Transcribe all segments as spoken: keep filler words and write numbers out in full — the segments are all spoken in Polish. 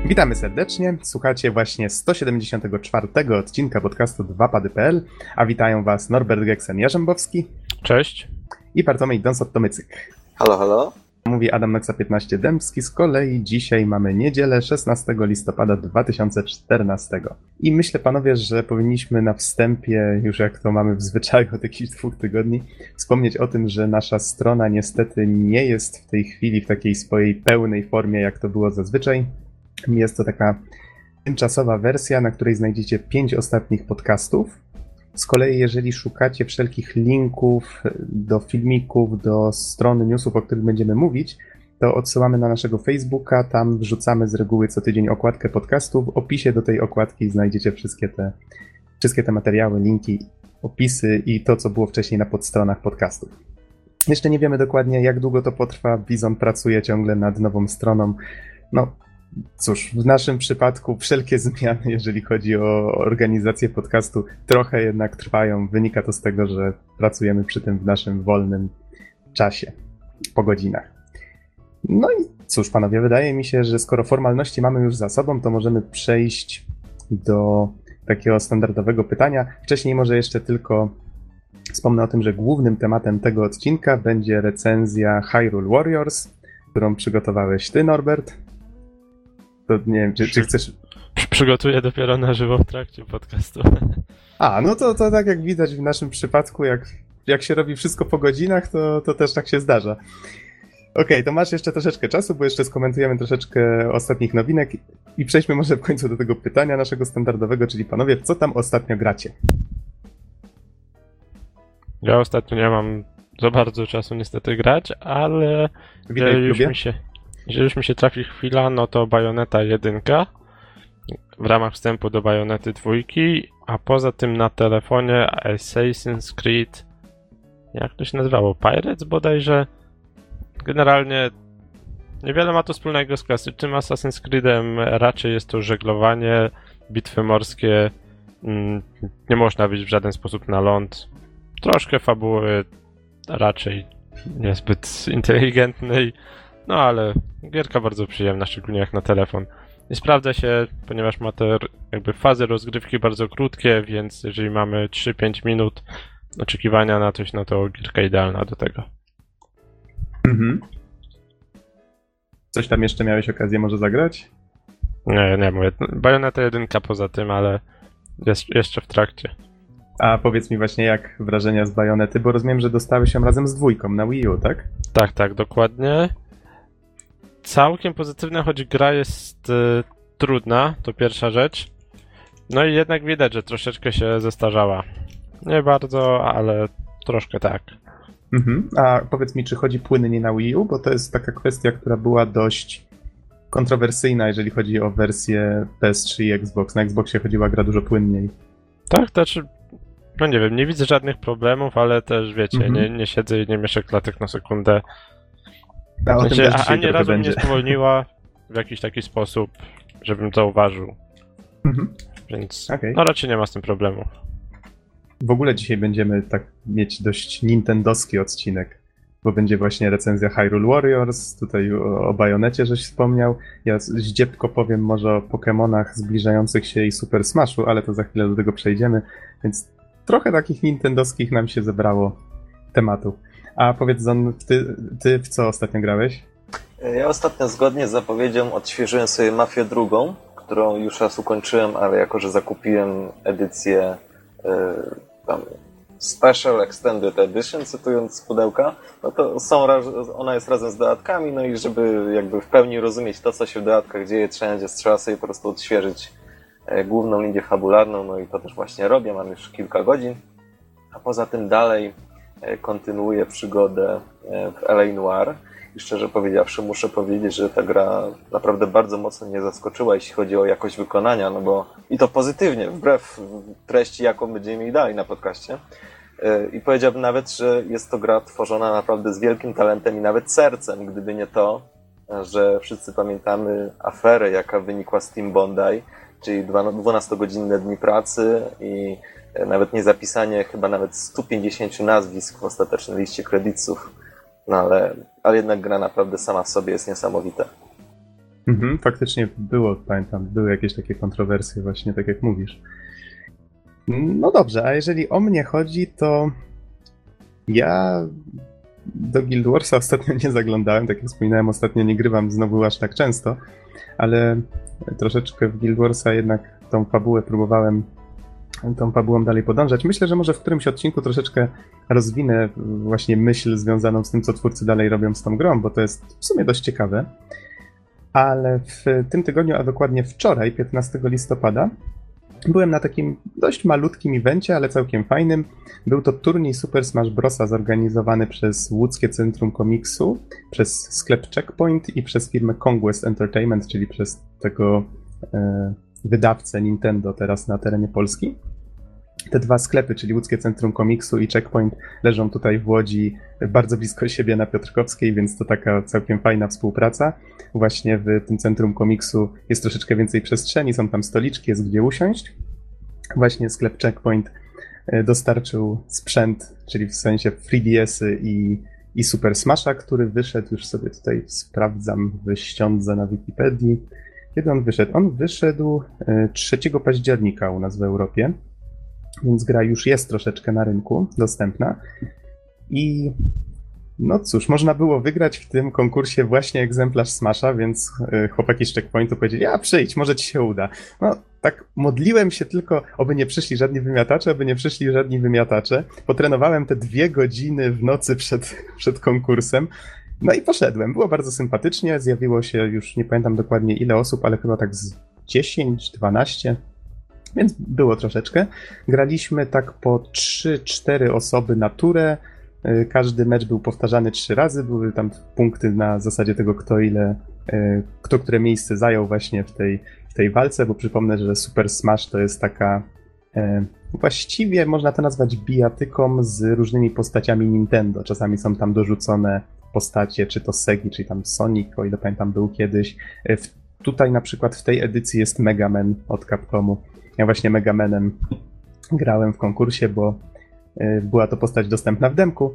Witamy serdecznie, słuchacie właśnie sto siedemdziesiątego czwartego odcinka podcastu dwa pady kropka p l, a witają was Norbert Geksen-Jarzębowski. Cześć. I Bartłomiej Donsot-Tomycyk. Halo, halo. Mówi Adam Noxa piętnaście Dębski, z kolei dzisiaj mamy niedzielę szesnastego listopada dwa tysiące czternastego. I myślę, panowie, że powinniśmy na wstępie, już jak to mamy w zwyczaju od jakichś dwóch tygodni, wspomnieć o tym, że nasza strona niestety nie jest w tej chwili w takiej swojej pełnej formie, jak to było zazwyczaj. Jest to taka tymczasowa wersja, na której znajdziecie pięć ostatnich podcastów. Z kolei jeżeli szukacie wszelkich linków do filmików, do strony newsów, o których będziemy mówić, to odsyłamy na naszego Facebooka, tam wrzucamy z reguły co tydzień okładkę podcastu. W opisie do tej okładki znajdziecie wszystkie te, wszystkie te materiały, linki, opisy i to, co było wcześniej na podstronach podcastów. Jeszcze nie wiemy dokładnie, jak długo to potrwa. Bizon pracuje ciągle nad nową stroną. No cóż, w naszym przypadku wszelkie zmiany, jeżeli chodzi o organizację podcastu, trochę jednak trwają. Wynika to z tego, że pracujemy przy tym w naszym wolnym czasie, po godzinach. No i cóż, panowie, wydaje mi się, że skoro formalności mamy już za sobą, to możemy przejść do takiego standardowego pytania. Wcześniej może jeszcze tylko wspomnę o tym, że głównym tematem tego odcinka będzie recenzja Hyrule Warriors, którą przygotowałeś ty, Norbert. To nie wiem, czy, czy chcesz... Przygotuję dopiero na żywo w trakcie podcastu. A, no to, to tak jak widać w naszym przypadku, jak, jak się robi wszystko po godzinach, to, to też tak się zdarza. Okej, okay, to masz jeszcze troszeczkę czasu, bo jeszcze skomentujemy troszeczkę ostatnich nowinek i przejdźmy może w końcu do tego pytania naszego standardowego, czyli panowie, co tam ostatnio gracie? Ja ostatnio nie mam za bardzo czasu niestety grać, ale Witaj w już klubie. mi się... Jeżeli już mi się trafi chwila, no to Bayonetta jeden w ramach wstępu do Bayonety dwa, a poza tym na telefonie Assassin's Creed, jak to się nazywało, Pirates bodajże. Generalnie niewiele ma to wspólnego z klasycznym Assassin's Creedem, raczej jest to żeglowanie, bitwy morskie, nie można wyjść w żaden sposób na ląd, troszkę fabuły raczej niezbyt inteligentnej. No ale gierka bardzo przyjemna, szczególnie jak na telefon. I sprawdza się, ponieważ ma te jakby fazy rozgrywki bardzo krótkie, więc jeżeli mamy trzy pięć minut oczekiwania na coś, no to gierka idealna do tego. Mhm. Coś tam jeszcze miałeś okazję może zagrać? Nie, nie mówię. Bayonetta jeden poza tym, ale jest jeszcze w trakcie. A powiedz mi właśnie, jak wrażenia z Bajonety, bo rozumiem, że dostałeś się razem z dwójką na Wii U, tak? Tak, tak, dokładnie. Całkiem pozytywna, choć gra jest y, trudna, to pierwsza rzecz. No i jednak widać, że troszeczkę się zestarzała. Nie bardzo, ale troszkę tak. Mhm. A powiedz mi, czy chodzi płynnie na Wii U? Bo to jest taka kwestia, która była dość kontrowersyjna, jeżeli chodzi o wersję P S trzy i Xbox. Na Xboxie chodziła gra dużo płynniej. Tak, to znaczy, no nie wiem, nie widzę żadnych problemów, ale też wiecie, Mhm. nie, nie siedzę i nie mieszę klatek na sekundę. A, o W tym sensie, też a, a dzisiaj nie trochę razu będzie. mnie spowolniła w jakiś taki sposób, żebym zauważył. Mhm. Więc Okej. no raczej nie ma z tym problemu. W ogóle dzisiaj będziemy tak mieć dość nintendowski odcinek, bo będzie właśnie recenzja Hyrule Warriors, tutaj o, o Bajonecie żeś wspomniał. Ja z- zdziepko powiem może o Pokemonach zbliżających się i Super Smashu, ale to za chwilę do tego przejdziemy, więc trochę takich nintendowskich nam się zebrało tematów. A powiedz, Zon, ty, ty w co ostatnio grałeś? Ja ostatnio zgodnie z zapowiedzią odświeżyłem sobie Mafię drugą, którą już raz ukończyłem, ale jako, że zakupiłem edycję y, tam Special Extended Edition, cytując z pudełka, no to są, raz- ona jest razem z dodatkami, no i żeby jakby w pełni rozumieć to, co się w dodatkach dzieje, wszędzie trzeba sobie po prostu odświeżyć e, główną linię fabularną, no i to też właśnie robię, mam już kilka godzin, a poza tym dalej e, kontynuuję przygodę e, w L A Noire. I szczerze powiedziawszy, muszę powiedzieć, że ta gra naprawdę bardzo mocno mnie zaskoczyła, jeśli chodzi o jakość wykonania, no bo i to pozytywnie, wbrew treści, jaką będziemy mieli dalej na podcaście. I powiedziałbym nawet, że jest to gra tworzona naprawdę z wielkim talentem i nawet sercem, gdyby nie to, że wszyscy pamiętamy aferę, jaka wynikła z Team Bondi, czyli dwunastogodzinne dni pracy i nawet nie zapisanie chyba nawet stu pięćdziesięciu nazwisk w ostatecznej liście kredytów. No ale, ale jednak gra naprawdę sama w sobie jest niesamowita. Mhm, faktycznie było, pamiętam, były jakieś takie kontrowersje właśnie, tak jak mówisz. No dobrze, a jeżeli o mnie chodzi, to ja do Guild Warsa ostatnio nie zaglądałem, tak jak wspominałem, ostatnio nie grywam znowu aż tak często, ale troszeczkę w Guild Warsa jednak tą fabułę próbowałem, tą fabułą dalej podążać. Myślę, że może w którymś odcinku troszeczkę rozwinę właśnie myśl związaną z tym, co twórcy dalej robią z tą grą, bo to jest w sumie dość ciekawe. Ale w tym tygodniu, a dokładnie wczoraj, piętnastego listopada, byłem na takim dość malutkim evencie, ale całkiem fajnym. Był to turniej Super Smash Brosa zorganizowany przez Łódzkie Centrum Komiksu, przez sklep Checkpoint i przez firmę Conquest Entertainment, czyli przez tego e, wydawcę Nintendo teraz na terenie Polski. Te dwa sklepy, czyli Łódzkie Centrum Komiksu i Checkpoint, leżą tutaj w Łodzi bardzo blisko siebie na Piotrkowskiej, więc to taka całkiem fajna współpraca. Właśnie w tym Centrum Komiksu jest troszeczkę więcej przestrzeni, są tam stoliczki, jest gdzie usiąść. Właśnie sklep Checkpoint dostarczył sprzęt, czyli w sensie trzy D S-y i, i Super Smasha, który wyszedł, już sobie tutaj sprawdzam w ściądze na Wikipedii. Kiedy on wyszedł? On wyszedł trzeciego października u nas w Europie. Więc gra już jest troszeczkę na rynku dostępna. I no cóż, można było wygrać w tym konkursie właśnie egzemplarz Smasha, więc chłopaki z Checkpointu powiedzieli, a przyjdź, może ci się uda. No tak modliłem się tylko, oby nie przyszli żadni wymiatacze, oby nie przyszli żadni wymiatacze. Potrenowałem te dwie godziny w nocy przed, przed konkursem. No i poszedłem. Było bardzo sympatycznie, zjawiło się już nie pamiętam dokładnie ile osób, ale chyba tak z dziesięć, dwanaście. Więc było troszeczkę. Graliśmy tak po trzy cztery osoby na turę. Każdy mecz był powtarzany trzy razy. Były tam punkty na zasadzie tego, kto ile, kto które miejsce zajął właśnie w tej, w tej walce, bo przypomnę, że Super Smash to jest taka właściwie można to nazwać bijatyką z różnymi postaciami Nintendo. Czasami są tam dorzucone postacie, czy to Segi, czy tam Sonic, o ile pamiętam był kiedyś. Tutaj na przykład w tej edycji jest Mega Man od Capcomu. Ja właśnie Mega Manem grałem w konkursie, bo była to postać dostępna w demku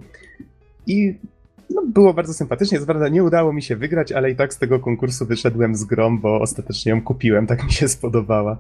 i no, było bardzo sympatycznie. Co prawda nie udało mi się wygrać, ale i tak z tego konkursu wyszedłem z grą, bo ostatecznie ją kupiłem, tak mi się spodobała.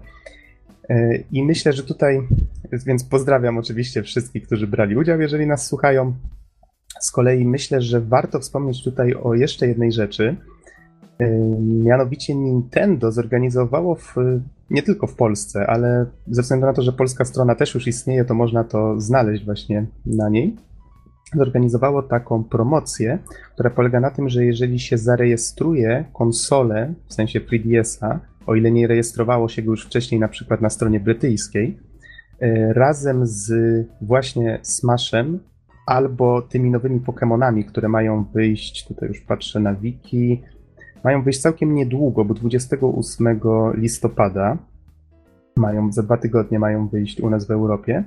I myślę, że tutaj, więc pozdrawiam oczywiście wszystkich, którzy brali udział, jeżeli nas słuchają. Z kolei myślę, że warto wspomnieć tutaj o jeszcze jednej rzeczy. Mianowicie Nintendo zorganizowało w, nie tylko w Polsce, ale ze względu na to, że polska strona też już istnieje, to można to znaleźć właśnie na niej. Zorganizowało taką promocję, która polega na tym, że jeżeli się zarejestruje konsolę, w sensie trzy D S-a, o ile nie rejestrowało się go już wcześniej na przykład na stronie brytyjskiej, razem z właśnie Smashem albo tymi nowymi Pokemonami, które mają wyjść, tutaj już patrzę na wiki, mają wyjść całkiem niedługo, bo dwudziestego ósmego listopada mają, za dwa tygodnie mają wyjść u nas w Europie.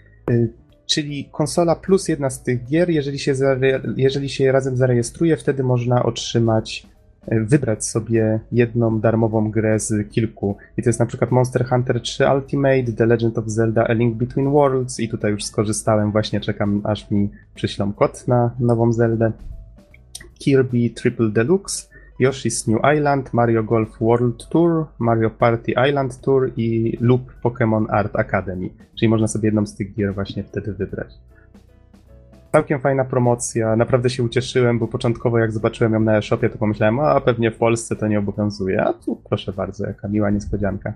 Czyli konsola plus jedna z tych gier, jeżeli się, zare, jeżeli się je razem zarejestruje, wtedy można otrzymać, wybrać sobie jedną darmową grę z kilku. I to jest na przykład Monster Hunter trzy Ultimate, The Legend of Zelda A Link Between Worlds i tutaj już skorzystałem, właśnie czekam aż mi przyślą kod na nową Zeldę. Kirby Triple Deluxe, Yoshi's New Island, Mario Golf World Tour, Mario Party Island Tour i Loop Pokémon Art Academy. Czyli można sobie jedną z tych gier właśnie wtedy wybrać. Całkiem fajna promocja, naprawdę się ucieszyłem, bo początkowo jak zobaczyłem ją na e-shopie, to pomyślałem, a pewnie w Polsce to nie obowiązuje, a tu proszę bardzo, jaka miła niespodzianka.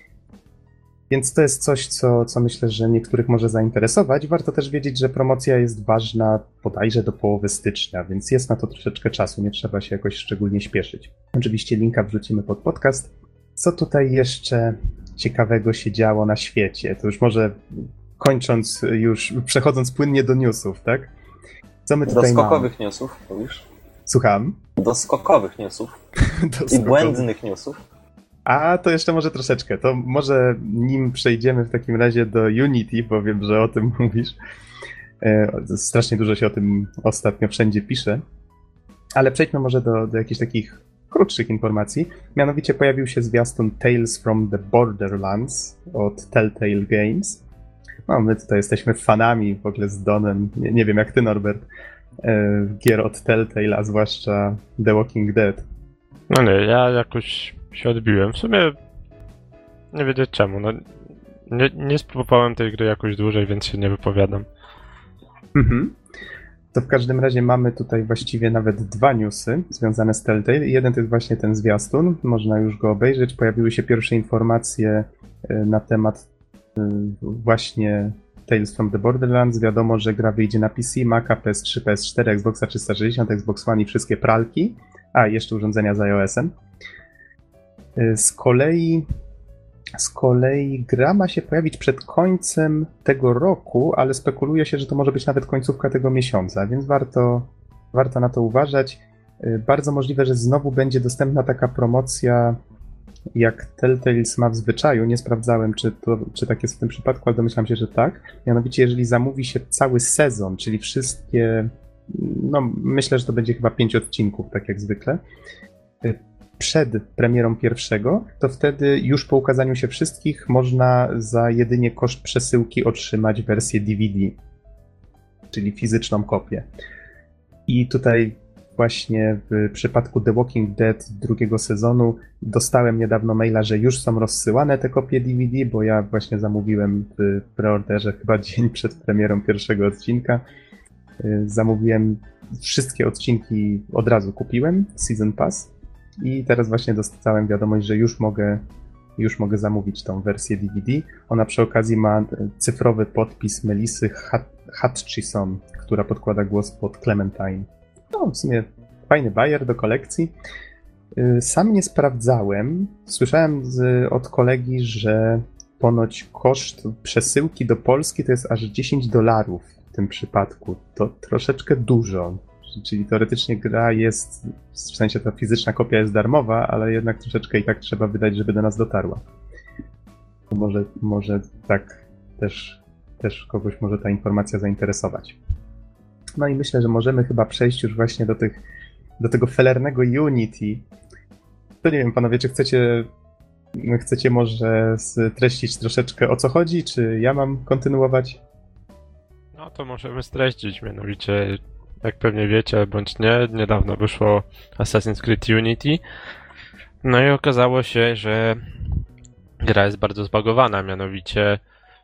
Więc to jest coś, co, co myślę, że niektórych może zainteresować. Warto też wiedzieć, że promocja jest ważna bodajże do połowy stycznia, więc jest na to troszeczkę czasu, nie trzeba się jakoś szczególnie śpieszyć. Oczywiście linka wrzucimy pod podcast. Co tutaj jeszcze ciekawego się działo na świecie? To już może kończąc, już przechodząc płynnie do newsów, tak? Co my tutaj mamy? Do skokowych newsów, mówisz? Słucham? Do skokowych newsów do i błędnych newsów. A to jeszcze może troszeczkę. To może nim przejdziemy w takim razie do Unity, bo wiem, że o tym mówisz. Strasznie dużo się o tym ostatnio wszędzie pisze. Ale przejdźmy może do, do jakichś takich krótszych informacji. Mianowicie pojawił się zwiastun Tales from the Borderlands od Telltale Games. No, my tutaj jesteśmy fanami w ogóle z Donem. Nie, nie wiem jak ty, Norbert, gier od Telltale, a zwłaszcza The Walking Dead. No nie, ja jakoś się odbiłem. W sumie nie wiedzieć czemu. No, nie, nie spróbowałem tej gry jakoś dłużej, więc się nie wypowiadam. Mhm. To w każdym razie mamy tutaj właściwie nawet dwa newsy związane z Telltale. Jeden to jest właśnie ten zwiastun, można już go obejrzeć. Pojawiły się pierwsze informacje na temat właśnie Tales from the Borderlands. Wiadomo, że gra wyjdzie na P C, Maca, P S trzy, P S cztery, Xboxa trzysta sześćdziesiąt, Xbox One i wszystkie pralki, a jeszcze urządzenia z iOS-em. Z kolei Z kolei gra ma się pojawić przed końcem tego roku, ale spekuluje się, że to może być nawet końcówka tego miesiąca, więc warto, warto na to uważać. Bardzo możliwe, że znowu będzie dostępna taka promocja, jak Telltales ma w zwyczaju. Nie sprawdzałem, czy, to, czy tak jest w tym przypadku, ale domyślam się, że tak. Mianowicie, jeżeli zamówi się cały sezon, czyli wszystkie, no myślę, że to będzie chyba pięć odcinków, tak jak zwykle, przed premierą pierwszego, to wtedy już po ukazaniu się wszystkich można za jedynie koszt przesyłki otrzymać wersję D V D, czyli fizyczną kopię. I tutaj właśnie w przypadku The Walking Dead drugiego sezonu dostałem niedawno maila, że już są rozsyłane te kopie D V D, bo ja właśnie zamówiłem w preorderze chyba dzień przed premierą pierwszego odcinka. Zamówiłem wszystkie odcinki, od razu kupiłem, Season Pass. I teraz właśnie dostałem wiadomość, że już mogę, już mogę zamówić tą wersję D V D. Ona przy okazji ma cyfrowy podpis Melissy Hutchison, która podkłada głos pod Clementine. No, w sumie fajny bajer do kolekcji. Sam nie sprawdzałem. Słyszałem z, od kolegi, że ponoć koszt przesyłki do Polski to jest aż dziesięć dolarów w tym przypadku. To troszeczkę dużo. Czyli teoretycznie gra jest, w sensie ta fizyczna kopia jest darmowa, ale jednak troszeczkę i tak trzeba wydać, żeby do nas dotarła. Może, może tak też, też kogoś może ta informacja zainteresować. No i myślę, że możemy chyba przejść już właśnie do tych, do tego felernego Unity. To nie wiem, panowie, czy chcecie, chcecie może streścić troszeczkę o co chodzi, czy ja mam kontynuować? No to możemy streścić, mianowicie jak pewnie wiecie, bądź nie, niedawno wyszło Assassin's Creed Unity. No i okazało się, że gra jest bardzo zbagowana, mianowicie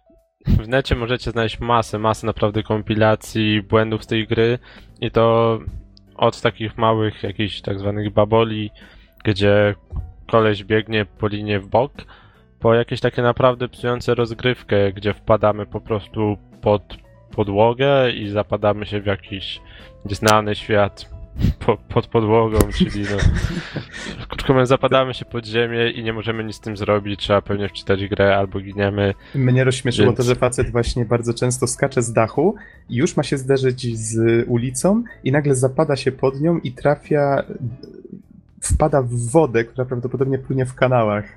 w necie możecie znaleźć masę, masę naprawdę kompilacji, błędów z tej gry i to od takich małych jakichś tak zwanych baboli, gdzie koleś biegnie po linie w bok, po jakieś takie naprawdę psujące rozgrywkę, gdzie wpadamy po prostu pod podłogę i zapadamy się w jakiś znany świat po, pod podłogą, czyli no krótko mówiąc, zapadamy się pod ziemię i nie możemy nic z tym zrobić, trzeba pewnie wczytać grę albo giniemy. Mnie rozśmieszyło Więc... to, że facet właśnie bardzo często skacze z dachu i już ma się zderzyć z ulicą i nagle zapada się pod nią i trafia, wpada w wodę, która prawdopodobnie płynie w kanałach.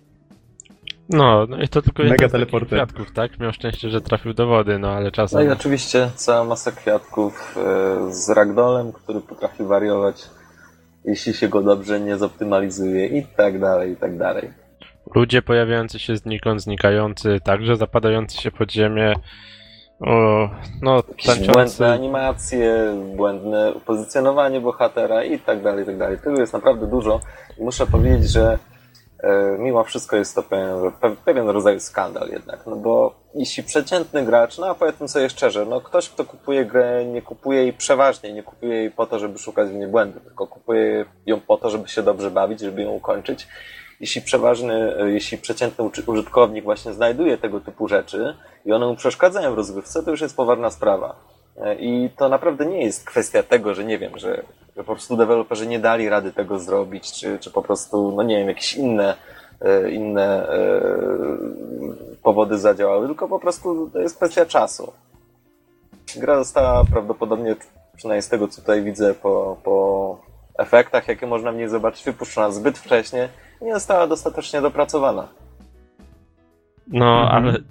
No, no i to tylko jeden Mega z takich teleporter. kwiatków, tak? Miał szczęście, że trafił do wody, no ale czasem... No i oczywiście cała masa kwiatków e, z ragdolem, który potrafi wariować, jeśli się go dobrze nie zoptymalizuje i tak dalej, i tak dalej. Ludzie pojawiający się znikąd, znikający, także zapadający się pod ziemię. O, no, tańczący... Błędne animacje, błędne pozycjonowanie bohatera i tak dalej, i tak dalej. Tego jest naprawdę dużo i muszę powiedzieć, że mimo wszystko jest to pewien, pewien rodzaj skandal jednak, no bo jeśli przeciętny gracz, no a powiedzmy sobie szczerze, no ktoś, kto kupuje grę, nie kupuje jej przeważnie, nie kupuje jej po to, żeby szukać w niej błędów, tylko kupuje ją po to, żeby się dobrze bawić, żeby ją ukończyć. Jeśli przeważny, jeśli przeciętny użytkownik właśnie znajduje tego typu rzeczy i one mu przeszkadzają w rozgrywce, to już jest poważna sprawa. I to naprawdę nie jest kwestia tego, że nie wiem, że, że po prostu deweloperzy nie dali rady tego zrobić, czy, czy po prostu, no nie wiem, jakieś inne, inne powody zadziałały, tylko po prostu to jest kwestia czasu. Gra została prawdopodobnie, przynajmniej z tego, co tutaj widzę po, po efektach, jakie można w niej zobaczyć, wypuszczona zbyt wcześnie i nie została dostatecznie dopracowana. No, Mhm. ale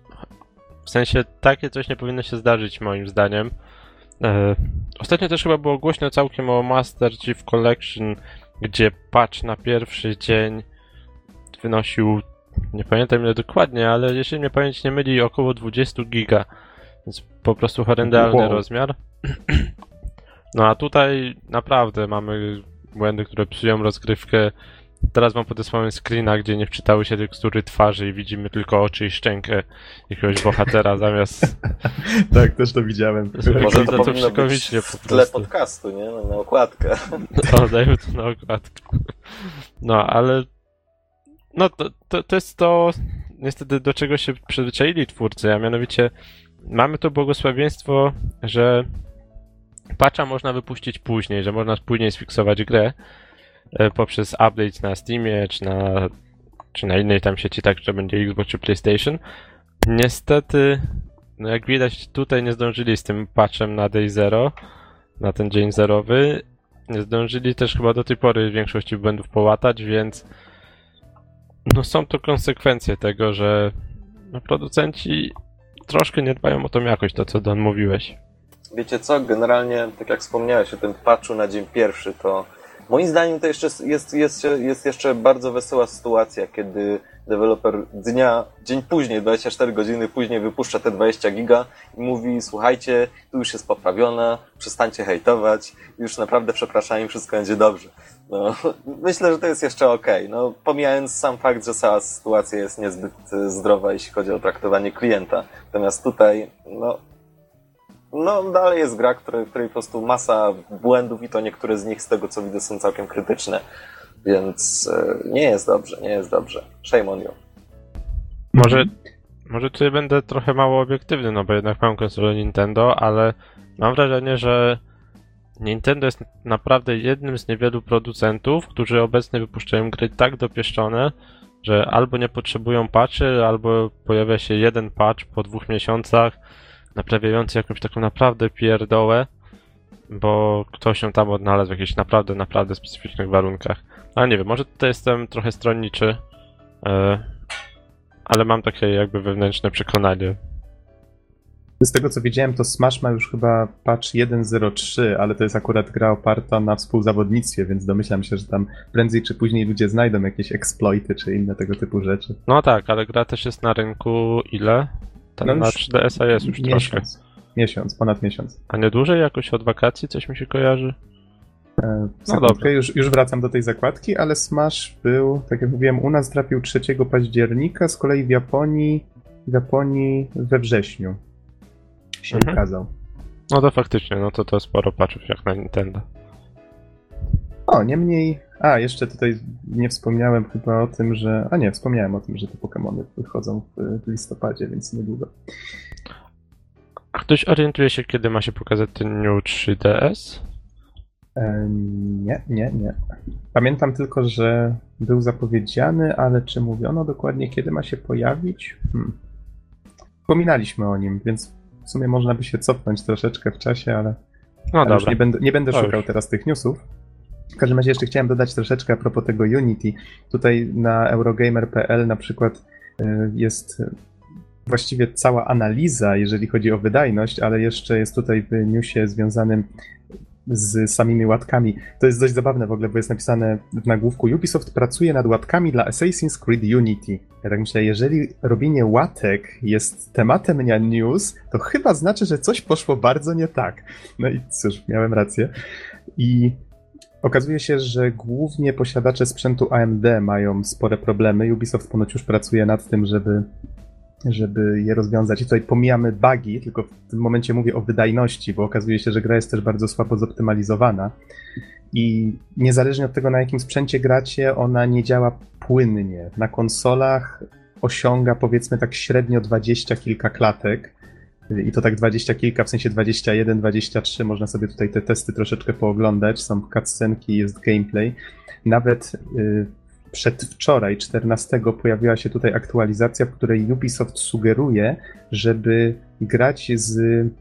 w sensie takie coś nie powinno się zdarzyć moim zdaniem. E, ostatnio też chyba było głośno całkiem o Master Chief Collection, gdzie patch na pierwszy dzień wynosił, nie pamiętam ile dokładnie, ale jeśli mnie pamięć nie myli, około dwadzieścia giga. Więc po prostu horrendalny Wow. rozmiar. No a tutaj naprawdę mamy błędy, które psują rozgrywkę. Teraz mam podesłany screena, gdzie nie wczytały się tekstury twarzy i widzimy tylko oczy i szczękę jakiegoś bohatera zamiast... Tak, też to widziałem. Może to to powinno być po w tle prostu. podcastu, nie? No, na okładkę. O, dajmy to na okładkę. No, ale... No, to, to, to jest to, niestety, do czego się przyzwyczaili twórcy, a mianowicie mamy to błogosławieństwo, że patcha można wypuścić później, że można później sfiksować grę e, poprzez update na Steamie, czy na, czy na innej tam sieci, tak, że będzie Xbox czy PlayStation. Niestety, no jak widać, tutaj nie zdążyli z tym patchem na Day Zero, na ten dzień zerowy. Nie zdążyli też chyba do tej pory większości błędów połatać, więc no są to konsekwencje tego, że no, producenci troszkę nie dbają o tą jakość, to co Don mówiłeś. Wiecie co, generalnie, tak jak wspomniałeś o tym patchu na dzień pierwszy, to moim zdaniem to jeszcze jest, jest, jest jeszcze bardzo wesoła sytuacja, kiedy deweloper dnia, dzień później, dwadzieścia cztery godziny później wypuszcza te dwadzieścia giga i mówi: słuchajcie, tu już jest poprawione, przestańcie hejtować, już naprawdę przepraszam i wszystko będzie dobrze. No, myślę, że to jest jeszcze okej. No, pomijając sam fakt, że cała sytuacja jest niezbyt zdrowa, jeśli chodzi o traktowanie klienta. Natomiast tutaj, no, no dalej jest gra, której, której po prostu masa błędów i to niektóre z nich, z tego co widzę, są całkiem krytyczne. Więc e, nie jest dobrze, nie jest dobrze. Shame on you. Może, może tutaj będę trochę mało obiektywny, no bo jednak mam konsolę Nintendo, ale mam wrażenie, że Nintendo jest naprawdę jednym z niewielu producentów, którzy obecnie wypuszczają gry tak dopieszczone, że albo nie potrzebują patchy, albo pojawia się jeden patch po dwóch miesiącach naprawiający jakąś taką naprawdę pierdołę, bo ktoś się tam odnalazł w jakichś naprawdę, naprawdę specyficznych warunkach. Ale nie wiem, może tutaj jestem trochę stronniczy, yy, ale mam takie jakby wewnętrzne przekonanie. Z tego co wiedziałem, to Smash ma już chyba patch jeden zero trzy, ale to jest akurat gra oparta na współzawodnictwie, więc domyślam się, że tam prędzej czy później ludzie znajdą jakieś exploity czy inne tego typu rzeczy. No tak, ale gra też jest na rynku ile? Ten No na już trzy D S a jest już troszkę. miesiąc. Miesiąc, ponad miesiąc. A nie dłużej jakoś od wakacji coś mi się kojarzy? E, No no dobra. już, już wracam do tej zakładki, ale Smash był, tak jak mówiłem, u nas trafił trzeciego października, z kolei w Japonii, w Japonii we wrześniu się Mhm. ukazał. No to faktycznie, no to to sporo patchów jak na Nintendo. O, niemniej... A, jeszcze tutaj nie wspomniałem chyba o tym, że... A nie, wspomniałem o tym, że te Pokemony wychodzą w, w listopadzie, więc niedługo. A ktoś orientuje się, kiedy ma się pokazać ten New trzy D S? E, nie, nie, nie. Pamiętam tylko, że był zapowiedziany, ale czy mówiono dokładnie, kiedy ma się pojawić? Hmm. Wspominaliśmy o nim, więc w sumie można by się cofnąć troszeczkę w czasie, ale, No ale już dobra. nie będę, nie będę To szukał już. teraz tych newsów. W każdym razie jeszcze chciałem dodać troszeczkę a propos tego Unity. Tutaj na Eurogamer kropka p l na przykład y, jest właściwie cała analiza, jeżeli chodzi o wydajność, ale jeszcze jest tutaj w newsie związanym z samymi łatkami. To jest dość zabawne w ogóle, bo jest napisane w nagłówku: Ubisoft pracuje nad łatkami dla Assassin's Creed Unity. Ja tak myślę, jeżeli robienie łatek jest tematem na news, to chyba znaczy, że coś poszło bardzo nie tak. No i cóż, miałem rację. I okazuje się, że głównie posiadacze sprzętu A M D mają spore problemy. Ubisoft ponoć już pracuje nad tym, żeby żeby je rozwiązać. I tutaj pomijamy bugi, tylko w tym momencie mówię o wydajności, bo okazuje się, że gra jest też bardzo słabo zoptymalizowana i niezależnie od tego, na jakim sprzęcie gracie, ona nie działa płynnie. Na konsolach osiąga powiedzmy tak średnio dwadzieścia kilka klatek i to tak dwadzieścia kilka, w sensie dwadzieścia jeden, dwadzieścia trzy, można sobie tutaj te testy troszeczkę pooglądać, są cutscenki, jest gameplay. Nawet yy, przedwczoraj, czternastego, pojawiła się tutaj aktualizacja, w której Ubisoft sugeruje, żeby grać z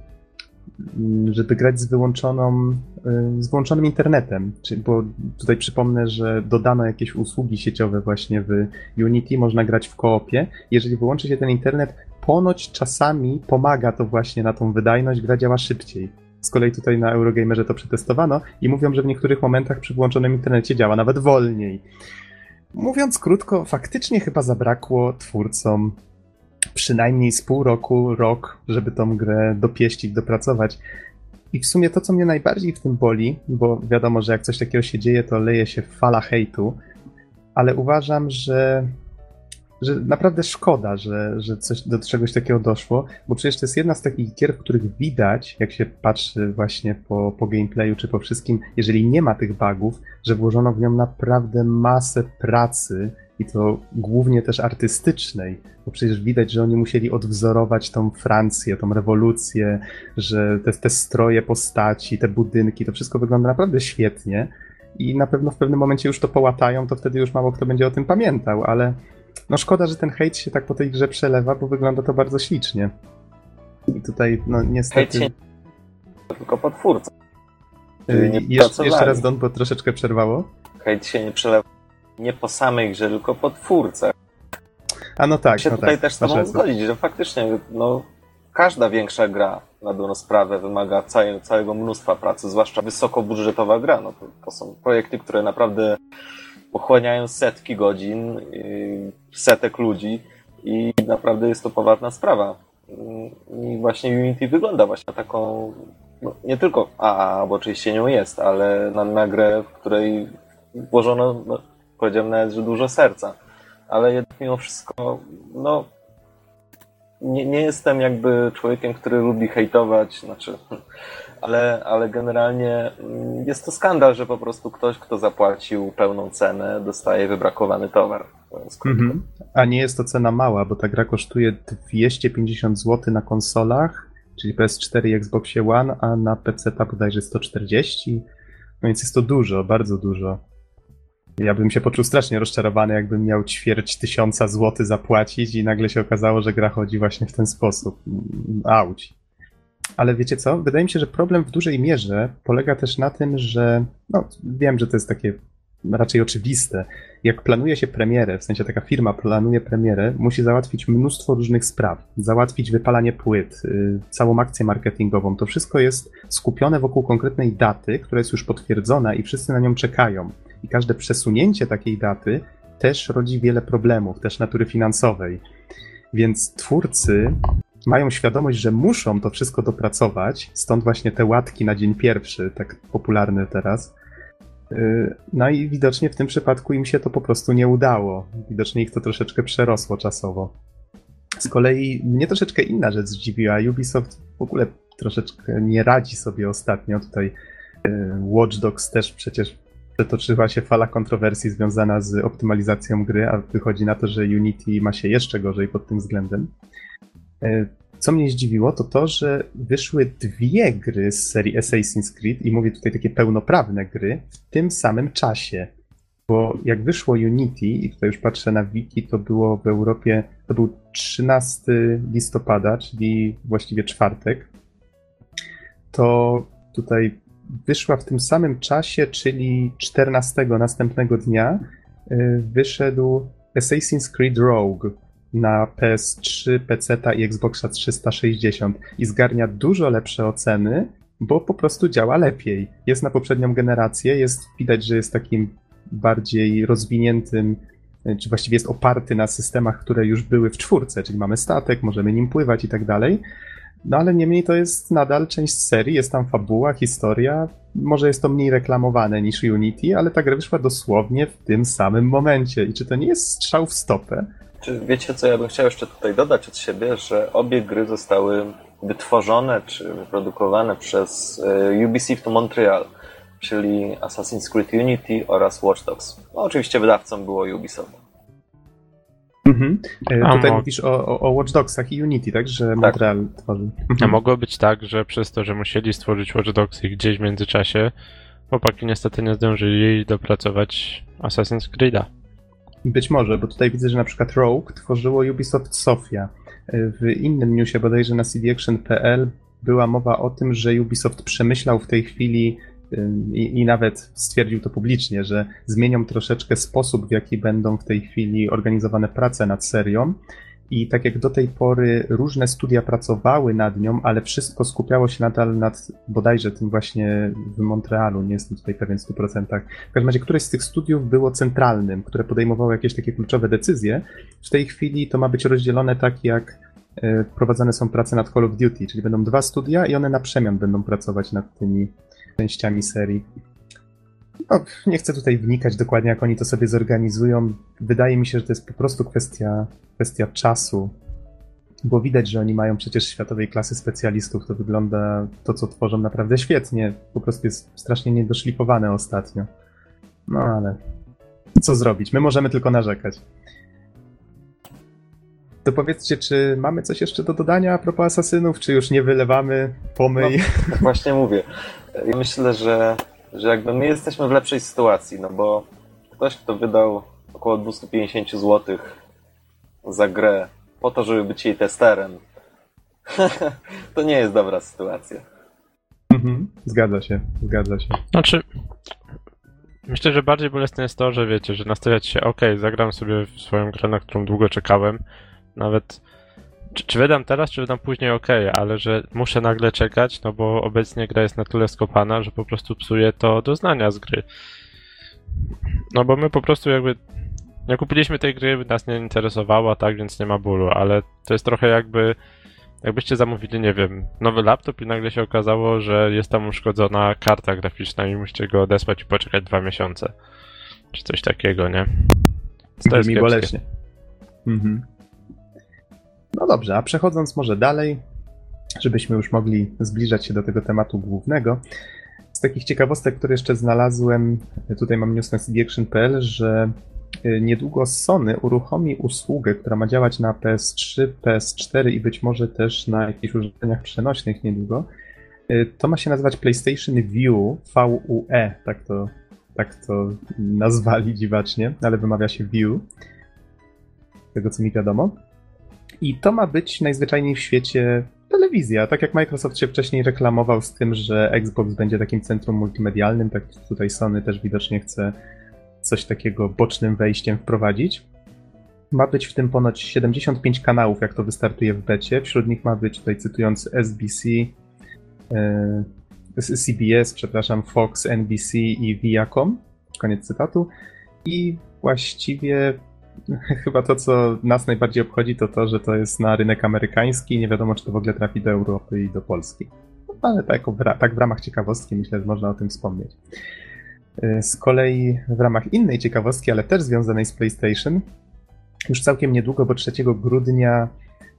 żeby grać z wyłączoną z wyłączonym internetem, bo tutaj przypomnę, że dodano jakieś usługi sieciowe właśnie w Unity, można grać w koopie. Jeżeli wyłączy się ten internet, ponoć czasami pomaga to właśnie na tą wydajność, gra działa szybciej. Z kolei tutaj na Eurogamerze to przetestowano i mówią, że w niektórych momentach przy włączonym internecie działa nawet wolniej. Mówiąc krótko, faktycznie chyba zabrakło twórcom przynajmniej z pół roku, rok, żeby tą grę dopieścić, dopracować. I w sumie to, co mnie najbardziej w tym boli, bo wiadomo, że jak coś takiego się dzieje, to leje się fala hejtu, ale uważam, że, że naprawdę szkoda, że, że coś, do czegoś takiego doszło, bo przecież to jest jedna z takich gier, w których widać, jak się patrzy właśnie po, po gameplayu czy po wszystkim, jeżeli nie ma tych bugów, że włożono w nią naprawdę masę pracy i to głównie też artystycznej, bo przecież widać, że oni musieli odwzorować tą Francję, tą rewolucję, że te, te stroje postaci, te budynki, to wszystko wygląda naprawdę świetnie i na pewno w pewnym momencie już to połatają, to wtedy już mało kto będzie o tym pamiętał, ale no szkoda, że ten hejt się tak po tej grze przelewa, bo wygląda to bardzo ślicznie. I tutaj, no niestety... Hejt się tylko po twórcach. Yy, jeszcze, jeszcze raz, Don, bo troszeczkę przerwało. Hejt się nie przelewa nie po samej grze, tylko po twórcach. A no tak, Chcę no tutaj tak, też z tobą zgodzić, że faktycznie no, każda większa gra na dobrą sprawę wymaga całe, całego mnóstwa pracy, zwłaszcza wysokobudżetowa gra. No, to, to są projekty, które naprawdę pochłaniają setki godzin, yy, setek ludzi i naprawdę jest to poważna sprawa. I właśnie Unity wygląda właśnie na taką, no, nie tylko A A, bo oczywiście nią jest, ale na, na grę, w której włożono, no, powiedziałem nawet, że dużo serca. Ale jednak mimo wszystko, no, nie, nie jestem jakby człowiekiem, który lubi hejtować, znaczy, ale, ale generalnie jest to skandal, że po prostu ktoś, kto zapłacił pełną cenę, dostaje wybrakowany towar. Mhm. A nie jest to cena mała, bo ta gra kosztuje dwieście pięćdziesiąt złotych na konsolach, czyli P S cztery i Xboxie One, a na P C bodajże sto czterdzieści, no więc jest to dużo, bardzo dużo. Ja bym się poczuł strasznie rozczarowany, jakbym miał ćwierć tysiąca złotych zapłacić i nagle się okazało, że gra chodzi właśnie w ten sposób. Auć. Ale wiecie co? Wydaje mi się, że problem w dużej mierze polega też na tym, że no wiem, że to jest takie raczej oczywiste. Jak planuje się premierę, w sensie taka firma planuje premierę, musi załatwić mnóstwo różnych spraw. Załatwić wypalanie płyt, yy, całą akcję marketingową. To wszystko jest skupione wokół konkretnej daty, która jest już potwierdzona i wszyscy na nią czekają. I każde przesunięcie takiej daty też rodzi wiele problemów, też natury finansowej. Więc twórcy mają świadomość, że muszą to wszystko dopracować, stąd właśnie te łatki na dzień pierwszy, tak popularne teraz. No i widocznie w tym przypadku im się to po prostu nie udało. Widocznie ich to troszeczkę przerosło czasowo. Z kolei mnie troszeczkę inna rzecz zdziwiła. Ubisoft w ogóle troszeczkę nie radzi sobie ostatnio. Tutaj Watch Dogs też przecież przetoczyła się fala kontrowersji związana z optymalizacją gry, a wychodzi na to, że Unity ma się jeszcze gorzej pod tym względem. Co mnie zdziwiło, to to, że wyszły dwie gry z serii Assassin's Creed i mówię tutaj takie pełnoprawne gry w tym samym czasie. Bo jak wyszło Unity, i tutaj już patrzę na wiki, to było w Europie, to był trzynastego listopada, czyli właściwie czwartek, to tutaj wyszła w tym samym czasie, czyli czternastego następnego dnia, wyszedł Assassin's Creed Rogue na P S trzy, peceta i Xboxa trzysta sześćdziesiąt i zgarnia dużo lepsze oceny, bo po prostu działa lepiej. Jest na poprzednią generację, jest widać, że jest takim bardziej rozwiniętym, czy właściwie jest oparty na systemach, które już były w czwórce, czyli mamy statek, możemy nim pływać i tak dalej. No ale niemniej to jest nadal część serii, jest tam fabuła, historia, może jest to mniej reklamowane niż Unity, ale ta gra wyszła dosłownie w tym samym momencie. I czy to nie jest strzał w stopę? Czy wiecie co, ja bym chciał jeszcze tutaj dodać od siebie, że obie gry zostały wytworzone czy wyprodukowane przez Ubisoft Montreal, czyli Assassin's Creed Unity oraz Watch Dogs. No oczywiście wydawcą było Ubisoft. Mhm. E, tutaj mo- mówisz o, o, o Watch Dogsach i Unity, tak? Że Montreal tak tworzył. Mhm. A mogło być tak, że przez to, że musieli stworzyć Watch Dogsy gdzieś w międzyczasie, chłopaki niestety nie zdążyli dopracować Assassin's Creed'a. Być może, bo tutaj widzę, że na przykład Rogue tworzyło Ubisoft Sofia. W innym newsie, bodajże na C D Action kropka P L, była mowa o tym, że Ubisoft przemyślał w tej chwili i, i nawet stwierdził to publicznie, że zmienią troszeczkę sposób, w jaki będą w tej chwili organizowane prace nad serią. I tak jak do tej pory różne studia pracowały nad nią, ale wszystko skupiało się nadal nad bodajże tym właśnie w Montrealu, nie jestem tutaj pewien w stu procentach. W każdym razie któreś z tych studiów było centralnym, które podejmowało jakieś takie kluczowe decyzje. W tej chwili to ma być rozdzielone tak jak prowadzone są prace nad Call of Duty, czyli będą dwa studia i one na przemian będą pracować nad tymi częściami serii. No, nie chcę tutaj wnikać dokładnie, jak oni to sobie zorganizują. Wydaje mi się, że to jest po prostu kwestia, kwestia czasu, bo widać, że oni mają przecież światowej klasy specjalistów. To wygląda, to co tworzą, naprawdę świetnie. Po prostu jest strasznie niedoszlifowane ostatnio. No ale co zrobić? My możemy tylko narzekać. To powiedzcie, czy mamy coś jeszcze do dodania a propos Asasynów, czy już nie wylewamy, pomyj? No, właśnie mówię. Ja myślę, że, że jakby my jesteśmy w lepszej sytuacji, no bo ktoś, kto wydał około dwieście pięćdziesiąt złotych za grę po to, żeby być jej testerem, to nie jest dobra sytuacja. Mhm, zgadza się, zgadza się. Znaczy, myślę, że bardziej bolesne jest to, że wiecie, że nastawiać się, ok, zagram sobie w swoją grę, na którą długo czekałem, nawet czy, czy wydam teraz, czy wydam później, ok, ale że muszę nagle czekać, no bo obecnie gra jest na tyle skopana, że po prostu psuje to doznania z gry. No bo my po prostu jakby nie kupiliśmy tej gry, nas nie interesowała, tak, więc nie ma bólu, ale to jest trochę jakby jakbyście zamówili, nie wiem, nowy laptop i nagle się okazało, że jest tam uszkodzona karta graficzna i musicie go odesłać i poczekać dwa miesiące. Czy coś takiego, nie? To jest mi boleśnie. Mhm. No dobrze, a przechodząc może dalej, żebyśmy już mogli zbliżać się do tego tematu głównego. Z takich ciekawostek, które jeszcze znalazłem, tutaj mam news na c d action kropka p l, że niedługo Sony uruchomi usługę, która ma działać na P S trzy, P S cztery i być może też na jakichś urządzeniach przenośnych niedługo. To ma się nazywać PlayStation Vue, V U E, tak to, tak to nazwali dziwacznie, ale wymawia się Vue, z tego co mi wiadomo. I to ma być najzwyczajniej w świecie telewizja, tak jak Microsoft się wcześniej reklamował z tym, że Xbox będzie takim centrum multimedialnym, tak tutaj Sony też widocznie chce coś takiego bocznym wejściem wprowadzić. Ma być w tym ponoć siedemdziesiąt pięć kanałów, jak to wystartuje w becie. Wśród nich ma być, tutaj cytując S B C, yy, C B S, przepraszam, Fox, N B C i Viacom. Koniec cytatu. I właściwie chyba to, co nas najbardziej obchodzi, to to, że to jest na rynek amerykański. Nie wiadomo, czy to w ogóle trafi do Europy i do Polski. No, ale tak, tak w ramach ciekawostki myślę, że można o tym wspomnieć. Z kolei w ramach innej ciekawostki, ale też związanej z PlayStation, już całkiem niedługo, bo trzeciego grudnia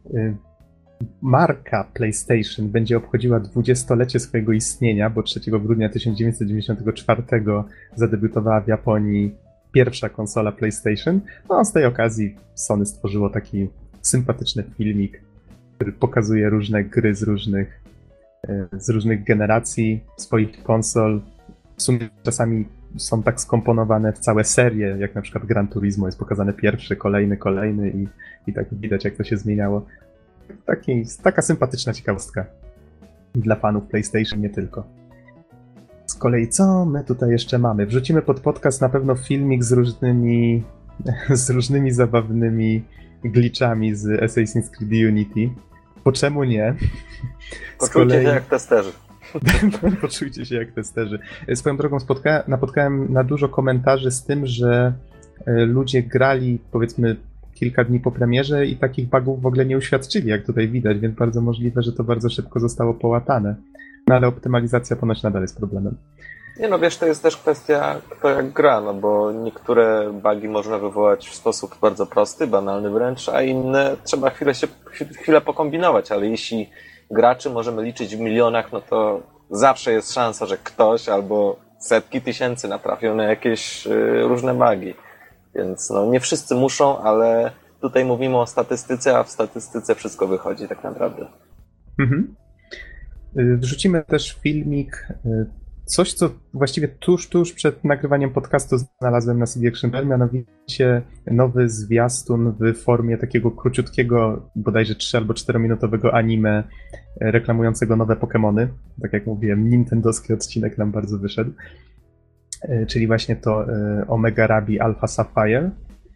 marka PlayStation będzie obchodziła dwudziestolecie swojego istnienia, bo trzeciego grudnia tysiąc dziewięćset dziewięćdziesiątego czwartego zadebiutowała w Japonii pierwsza konsola PlayStation. No a z tej okazji Sony stworzyło taki sympatyczny filmik, który pokazuje różne gry z różnych, z różnych generacji swoich konsol. W sumie czasami są tak skomponowane w całe serie, jak na przykład Gran Turismo jest pokazany pierwszy, kolejny, kolejny i, i tak widać, jak to się zmieniało. Taki, taka sympatyczna ciekawostka dla fanów PlayStation, nie tylko. Z kolei co my tutaj jeszcze mamy? Wrzucimy pod podcast na pewno filmik z różnymi, z różnymi zabawnymi glitchami z Assassin's Creed Unity. Po czemu nie? Poczujcie kolei... się jak testerzy. Poczujcie się jak testerzy. Swoją drogą spotka... napotkałem na dużo komentarzy z tym, że ludzie grali powiedzmy kilka dni po premierze i takich bugów w ogóle nie uświadczyli, jak tutaj widać, więc bardzo możliwe, że to bardzo szybko zostało połatane. No ale optymalizacja ponoć nadal jest problemem. Nie no wiesz, to jest też kwestia kto jak gra, no bo niektóre bugi można wywołać w sposób bardzo prosty, banalny wręcz, a inne trzeba chwilę się chwilę pokombinować, ale jeśli graczy możemy liczyć w milionach, no to zawsze jest szansa, że ktoś albo setki tysięcy natrafią na jakieś y, różne bugi. Więc no nie wszyscy muszą, ale tutaj mówimy o statystyce, a w statystyce wszystko wychodzi tak naprawdę. Mhm. Wrzucimy też filmik, coś co właściwie tuż, tuż przed nagrywaniem podcastu znalazłem na C D Action kropka p l, mianowicie nowy zwiastun w formie takiego króciutkiego, bodajże trzy albo czterominutowego anime reklamującego nowe Pokemony. Tak jak mówiłem, nintendowski odcinek nam bardzo wyszedł. Czyli właśnie to Omega Ruby Alpha Sapphire.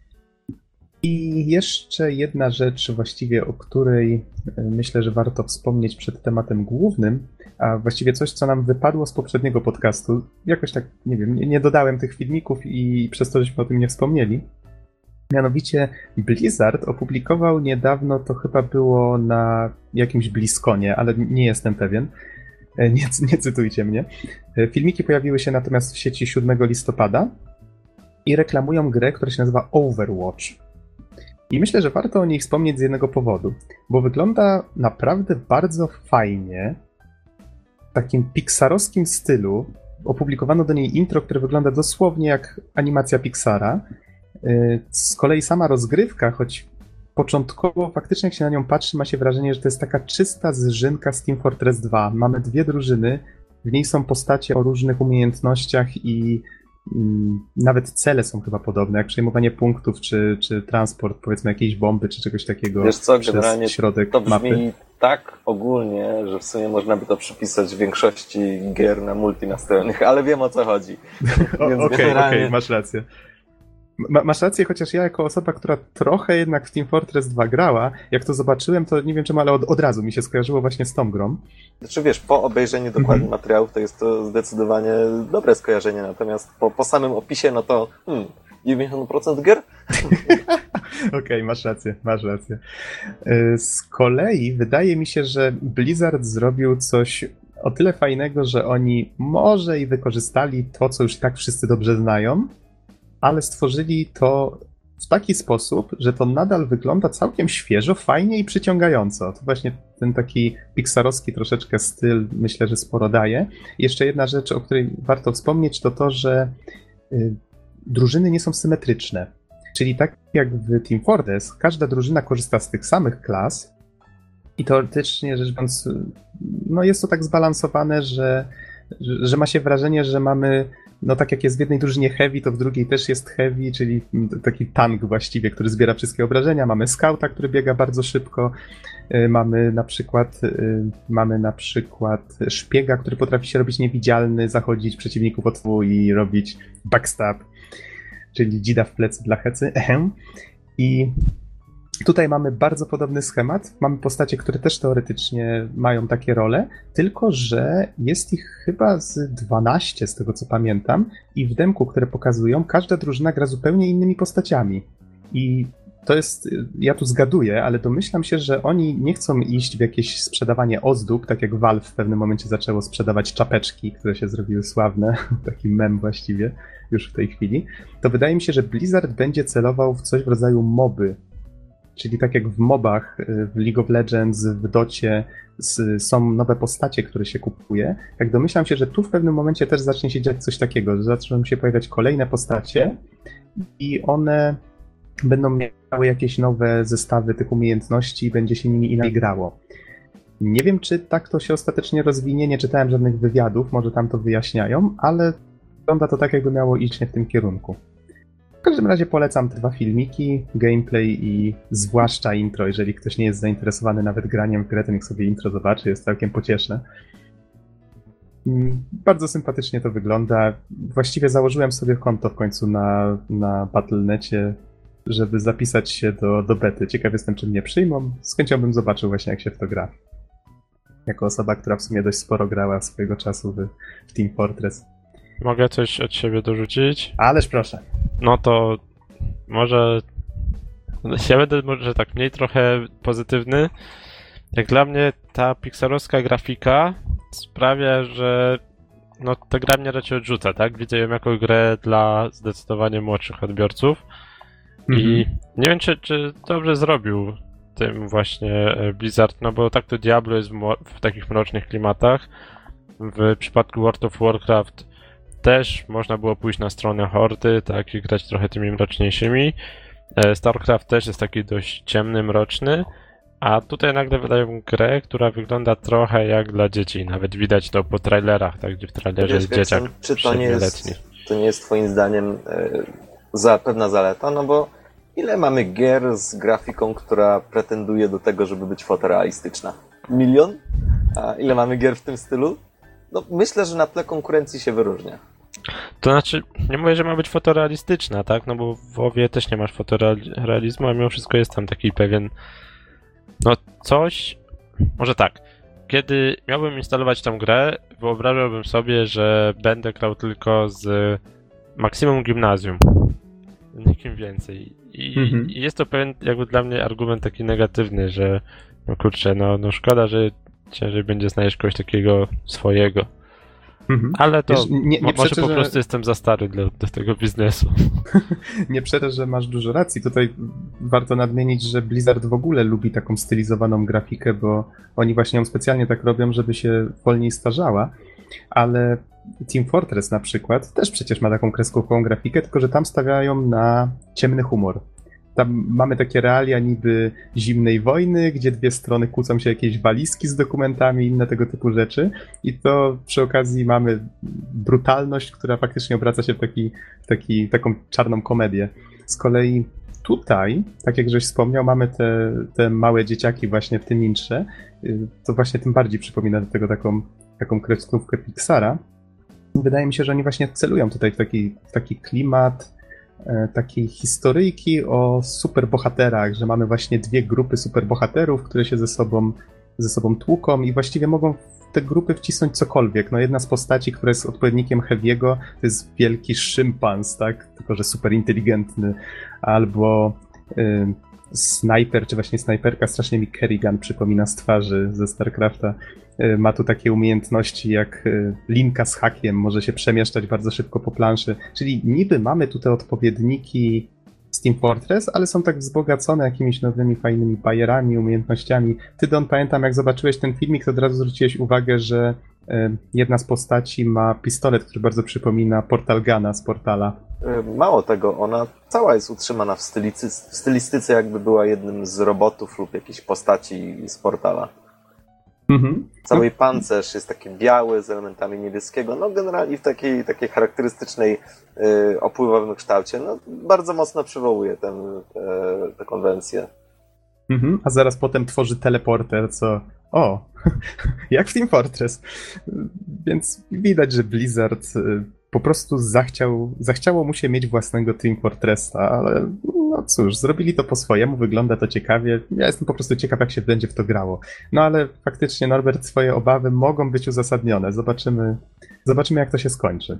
I jeszcze jedna rzecz właściwie, o której myślę, że warto wspomnieć przed tematem głównym, a właściwie coś, co nam wypadło z poprzedniego podcastu. Jakoś tak, nie wiem, nie, nie dodałem tych filmików i przez to, żeśmy o tym nie wspomnieli. Mianowicie Blizzard opublikował niedawno, to chyba było na jakimś BlizzConie, ale nie jestem pewien, nie, nie cytujcie mnie. Filmiki pojawiły się natomiast w sieci siódmego listopada i reklamują grę, która się nazywa Overwatch. I myślę, że warto o niej wspomnieć z jednego powodu, bo wygląda naprawdę bardzo fajnie, w takim pixarowskim stylu. Opublikowano do niej intro, które wygląda dosłownie jak animacja Pixara. Z kolei sama rozgrywka, choć początkowo faktycznie jak się na nią patrzy, ma się wrażenie, że to jest taka czysta zżynka z Team Fortress dwa. Mamy dwie drużyny, w niej są postacie o różnych umiejętnościach i mm, nawet cele są chyba podobne, jak przejmowanie punktów, czy, czy transport, powiedzmy jakiejś bomby, czy czegoś takiego. Wiesz co, przez generalnie środek to brzmi mapy. tak ogólnie, że w sumie można by to przypisać większości gier na multi nastawionych, ale wiem o co chodzi. Okej, Więc okej, generalnie- masz rację. Ma, masz rację, chociaż ja jako osoba, która trochę jednak w Team Fortress dwa grała, jak to zobaczyłem, to nie wiem czemu, ale od, od razu mi się skojarzyło właśnie z tą grą. Znaczy wiesz, po obejrzeniu dokładnie Mhm. materiałów to jest to zdecydowanie dobre skojarzenie, natomiast po, po samym opisie, no to hmm, dziewięćdziesiąt procent gier? Okej, masz rację, masz rację. Y, Z kolei wydaje mi się, że Blizzard zrobił coś o tyle fajnego, że oni może i wykorzystali to, co już i tak wszyscy dobrze znają, ale stworzyli to w taki sposób, że to nadal wygląda całkiem świeżo, fajnie i przyciągająco. To właśnie ten taki pixarowski troszeczkę styl, myślę, że sporo daje. Jeszcze jedna rzecz, o której warto wspomnieć, to to, że y, drużyny nie są symetryczne. Czyli tak jak w Team Fortress, każda drużyna korzysta z tych samych klas i teoretycznie rzecz biorąc, no jest to tak zbalansowane, że, że, że ma się wrażenie, że mamy, no tak jak jest w jednej drużynie heavy, to w drugiej też jest heavy, czyli taki tank właściwie, który zbiera wszystkie obrażenia. Mamy scouta, który biega bardzo szybko. Y, Mamy na przykład y, mamy na przykład szpiega, który potrafi się robić niewidzialny, zachodzić przeciwników od tyłu i robić backstab, czyli dzida w plecy dla hecy. Ehem. I tutaj mamy bardzo podobny schemat. Mamy postacie, które też teoretycznie mają takie role, tylko że jest ich chyba z dwanaście, z tego co pamiętam, i w demku, które pokazują, każda drużyna gra zupełnie innymi postaciami. I to jest, ja tu zgaduję, ale domyślam się, że oni nie chcą iść w jakieś sprzedawanie ozdób, tak jak Valve w pewnym momencie zaczęło sprzedawać czapeczki, które się zrobiły sławne, taki mem właściwie już w tej chwili. To wydaje mi się, że Blizzard będzie celował w coś w rodzaju moby. Czyli tak jak w mobach, w League of Legends, w Docie s- są nowe postacie, które się kupuje, tak domyślam się, że tu w pewnym momencie też zacznie się dziać coś takiego, że zaczną się pojawiać kolejne postacie i one będą miały jakieś nowe zestawy tych umiejętności i będzie się nimi inaczej grało. Nie wiem, czy tak to się ostatecznie rozwinie, nie czytałem żadnych wywiadów, może tam to wyjaśniają, ale wygląda to tak, jakby miało iść w tym kierunku. W każdym razie polecam te dwa filmiki, gameplay i zwłaszcza intro. Jeżeli ktoś nie jest zainteresowany nawet graniem w grę, to niech sobie intro zobaczy, jest całkiem pocieszne. Mm, Bardzo sympatycznie to wygląda. Właściwie założyłem sobie konto w końcu na, na battle kropka necie, żeby zapisać się do, do bety. Ciekaw jestem, czy mnie przyjmą. Z chęcią bym zobaczył właśnie, jak się w to gra. Jako osoba, która w sumie dość sporo grała swojego czasu w, w Team Fortress. Mogę coś od siebie dorzucić? Ależ proszę. No to może ja będę może tak mniej trochę pozytywny. Jak dla mnie ta pixarowska grafika sprawia, że no ta gra mnie raczej odrzuca, tak? Widzę ją jako grę dla zdecydowanie młodszych odbiorców i nie wiem, czy, czy dobrze zrobił tym właśnie e, Blizzard, no bo tak to Diablo jest w, mo- w takich mrocznych klimatach. W przypadku World of Warcraft też można było pójść na stronę Hordy, tak, i grać trochę tymi mroczniejszymi. E, StarCraft też jest taki dość ciemny, mroczny, a tutaj nagle wydają grę, która wygląda trochę jak dla dzieci. Nawet widać to po trailerach, tak, gdzie w trailerze Wiesz, jest dzieciak Gretchen, czy to nie siedmioletni. jest, to nie jest twoim zdaniem e, za pewna zaleta? No bo ile mamy gier z grafiką, która pretenduje do tego, żeby być fotorealistyczna? Milion? A ile mamy gier w tym stylu? No myślę, że na tle konkurencji się wyróżnia. To znaczy, nie mówię, że ma być fotorealistyczna, tak? No bo w WoWie też nie masz fotorealizmu, a mimo wszystko jest tam taki pewien... No coś... Może tak. Kiedy miałbym instalować tę grę, wyobrażałbym sobie, że będę grał tylko z maksimum gimnazjum. nikim więcej. I, Mhm. i jest to pewien jakby dla mnie argument taki negatywny, że no kurczę, no, no szkoda, że ciężej będzie znaleźć kogoś takiego swojego. Mhm. Ale to Wiesz, nie, nie mo- może przeczę, po że- prostu jestem za stary dla, do tego biznesu. Nie przeczę, że masz dużo racji. Tutaj warto nadmienić, że Blizzard w ogóle lubi taką stylizowaną grafikę, bo oni właśnie ją specjalnie tak robią, żeby się wolniej starzała. Ale Team Fortress na przykład też przecież ma taką kreskówkową grafikę, tylko że tam stawiają na ciemny humor. Tam mamy takie realia niby zimnej wojny, gdzie dwie strony kłócą się jakieś walizki z dokumentami i inne tego typu rzeczy. I to przy okazji mamy brutalność, która faktycznie obraca się w, taki, w taki, taką czarną komedię. Z kolei tutaj, tak jak żeś wspomniał, mamy te, te małe dzieciaki właśnie w tym intrze. To właśnie tym bardziej przypomina do tego taką, taką kreskówkę Pixara. Wydaje mi się, że oni właśnie celują tutaj w taki, w taki klimat takiej historyjki o superbohaterach, że mamy właśnie dwie grupy superbohaterów, które się ze sobą, ze sobą tłuką i właściwie mogą w te grupy wcisnąć cokolwiek. No jedna z postaci, która jest odpowiednikiem Heavy'ego, to jest wielki szympans, tak? Tylko że super inteligentny. Albo y, snajper, czy właśnie snajperka, strasznie mi Kerrigan przypomina z twarzy ze StarCrafta. Y, ma tu takie umiejętności jak y, linka z hakiem, może się przemieszczać bardzo szybko po planszy. Czyli niby mamy tutaj odpowiedniki z Team Fortress, ale są tak wzbogacone jakimiś nowymi, fajnymi bajerami, umiejętnościami. Ty, Don, pamiętam, jak zobaczyłeś ten filmik, to od razu zwróciłeś uwagę, że y, jedna z postaci ma pistolet, który bardzo przypomina Portal Guna z Portala. Mało tego, ona cała jest utrzymana w stylicy, w stylistyce, jakby była jednym z robotów lub jakiejś postaci z Portala. Mhm. Cały jej pancerz jest taki biały z elementami niebieskiego, no generalnie w takiej, takiej charakterystycznej y, opływowym kształcie. No, bardzo mocno przywołuje ten, te, tę konwencję. Mhm. A zaraz potem tworzy teleporter, co... O, jak w Team Fortress. Więc widać, że Blizzard y, po prostu zachciał, zachciało mu się mieć własnego Team Fortressa, ale no cóż, zrobili to po swojemu, wygląda to ciekawie. Ja jestem po prostu ciekaw, jak się będzie w to grało. No ale faktycznie, Norbert, twoje obawy mogą być uzasadnione. Zobaczymy, zobaczymy jak to się skończy.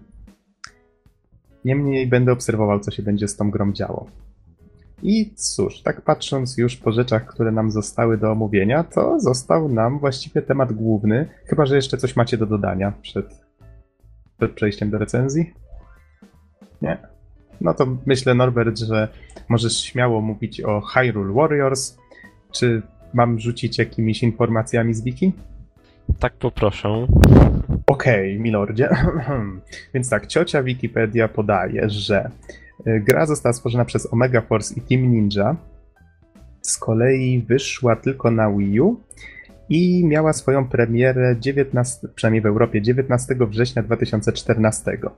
Niemniej będę obserwował, co się będzie z tą grą działo. I cóż, tak patrząc już po rzeczach, które nam zostały do omówienia, to został nam właściwie temat główny, chyba że jeszcze coś macie do dodania przed, przed przejściem do recenzji? Nie? No to myślę, Norbert, że możesz śmiało mówić o Hyrule Warriors. Czy mam rzucić jakimiś informacjami z wiki? Tak poproszę. Okej, okay, milordzie. Więc tak, ciocia Wikipedia podaje, że gra została stworzona przez Omega Force i Team Ninja. Z kolei wyszła tylko na Wii U i miała swoją premierę dziewiętnastego, przynajmniej w Europie, dziewiętnastego września dwa tysiące czternastego.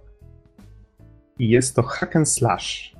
I jest to hack and slash.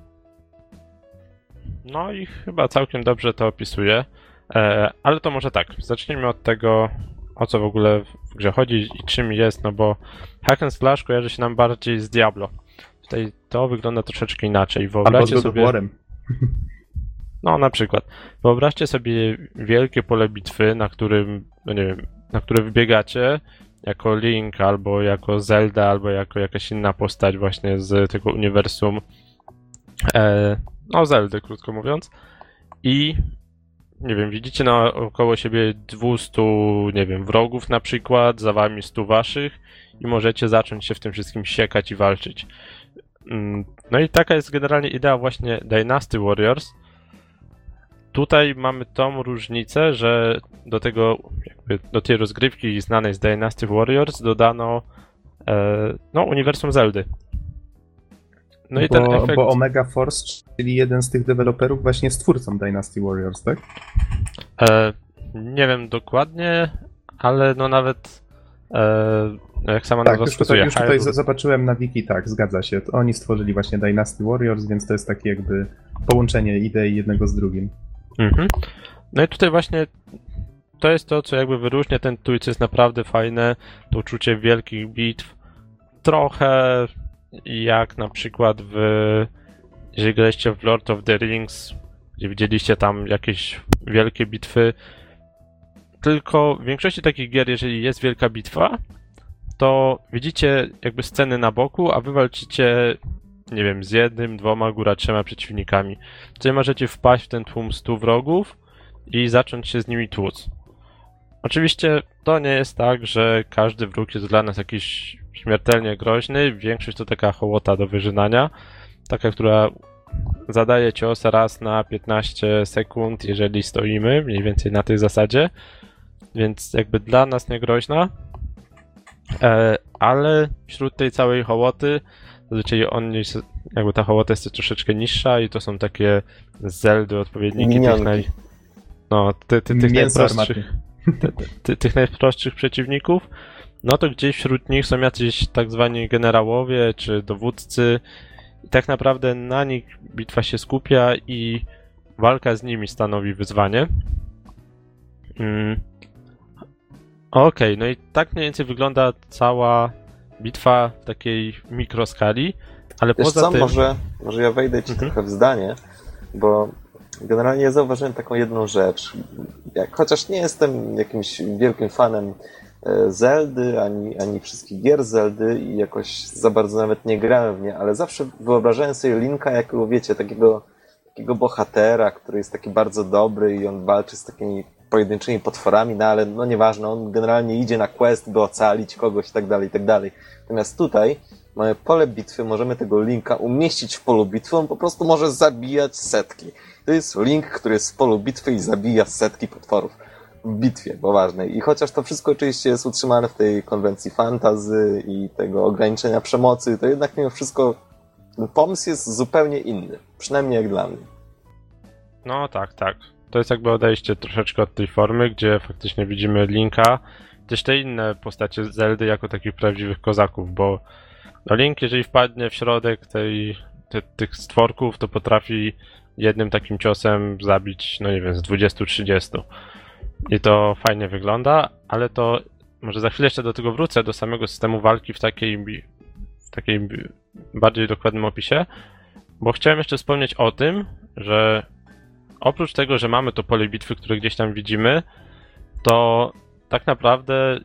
No i chyba całkiem dobrze to opisuje. E, ale to może tak, zacznijmy od tego, o co w ogóle w grze chodzi i czym jest, no bo hack and slash kojarzy się nam bardziej z Diablo. Tutaj to wygląda troszeczkę inaczej. Wyobraźcie Albo z sobie... Warem. No na przykład. Wyobraźcie sobie wielkie pole bitwy, na którym, no nie wiem, na które wybiegacie jako Link, albo jako Zelda, albo jako jakaś inna postać właśnie z tego uniwersum. E, no Zeldy, krótko mówiąc. I nie wiem, widzicie naokoło siebie dwieście, nie wiem, wrogów na przykład, za wami stu waszych i możecie zacząć się w tym wszystkim siekać i walczyć. No i taka jest generalnie idea właśnie Dynasty Warriors. Tutaj mamy tą różnicę, że do tego, jakby do tej rozgrywki znanej z Dynasty Warriors dodano e, no, uniwersum Zeldy. No i bo, ten efekt... bo Omega Force, czyli jeden z tych deweloperów, właśnie jest twórcą Dynasty Warriors, tak? E, nie wiem dokładnie, ale no nawet e, jak sama tak, nazwa już tutaj, wskazuje, już tutaj Hyrule... zobaczyłem na wiki, tak, zgadza się. Oni stworzyli właśnie Dynasty Warriors, więc to jest takie jakby połączenie idei jednego z drugim. Mhm. No i tutaj właśnie to jest to, co jakby wyróżnia ten tytuł, co jest naprawdę fajne, to uczucie wielkich bitw. Trochę jak na przykład w... jeżeli graliście w Lord of the Rings, gdzie widzieliście tam jakieś wielkie bitwy, tylko w większości takich gier, jeżeli jest wielka bitwa, to widzicie jakby sceny na boku, a wy walczycie nie wiem, z jednym, dwoma, góra trzema przeciwnikami. Tutaj możecie wpaść w ten tłum stu wrogów i zacząć się z nimi tłuc. Oczywiście to nie jest tak, że każdy wróg jest dla nas jakiś śmiertelnie groźny. Większość to taka hołota do wyżynania. Taka, która zadaje cios raz na piętnaście sekund, jeżeli stoimy, mniej więcej na tej zasadzie. Więc jakby dla nas nie groźna. E, ale wśród tej całej hołoty, zazwyczaj on jest, jakby ta hołota jest troszeczkę niższa i to są takie Zeldy, odpowiedniki Minionki. tych naj... No, ty, ty, tych Mięso najprostszych... armatnie. ty, ty, tych najprostszych przeciwników, no to gdzieś wśród nich są jacyś tak zwani generałowie czy dowódcy i tak naprawdę na nich bitwa się skupia i walka z nimi stanowi wyzwanie. Mm. Okej, okay, no i tak mniej więcej wygląda cała bitwa w takiej mikroskali, ale Wiesz poza co, tym... może, może ja wejdę ci Mhm. trochę w zdanie, bo generalnie zauważyłem taką jedną rzecz. Jak, chociaż nie jestem jakimś wielkim fanem e, Zeldy, ani, ani wszystkich gier Zeldy i jakoś za bardzo nawet nie grałem w nie, ale zawsze wyobrażałem sobie Linka jako, wiecie, takiego, takiego bohatera, który jest taki bardzo dobry i on walczy z takimi pojedynczymi potworami, no ale no nieważne, on generalnie idzie na quest, by ocalić kogoś i tak dalej, i tak dalej. Natomiast tutaj mamy pole bitwy, możemy tego Linka umieścić w polu bitwy, on po prostu może zabijać setki. To jest Link, który jest w polu bitwy i zabija setki potworów w bitwie, bo ważne. I chociaż to wszystko oczywiście jest utrzymane w tej konwencji fantasy i tego ograniczenia przemocy, to jednak mimo wszystko pomysł jest zupełnie inny. Przynajmniej jak dla mnie. No tak, tak. To jest jakby odejście troszeczkę od tej formy, gdzie faktycznie widzimy Linka, też te inne postacie Zeldy jako takich prawdziwych kozaków, bo no Link, jeżeli wpadnie w środek tej, te, tych stworków, to potrafi jednym takim ciosem zabić, no nie wiem, z dwudziestu trzydziestu. I to fajnie wygląda, ale to może za chwilę jeszcze do tego wrócę, do samego systemu walki w takiej, w takiej bardziej dokładnym opisie, bo chciałem jeszcze wspomnieć o tym, że oprócz tego, że mamy to pole bitwy, które gdzieś tam widzimy, to tak naprawdę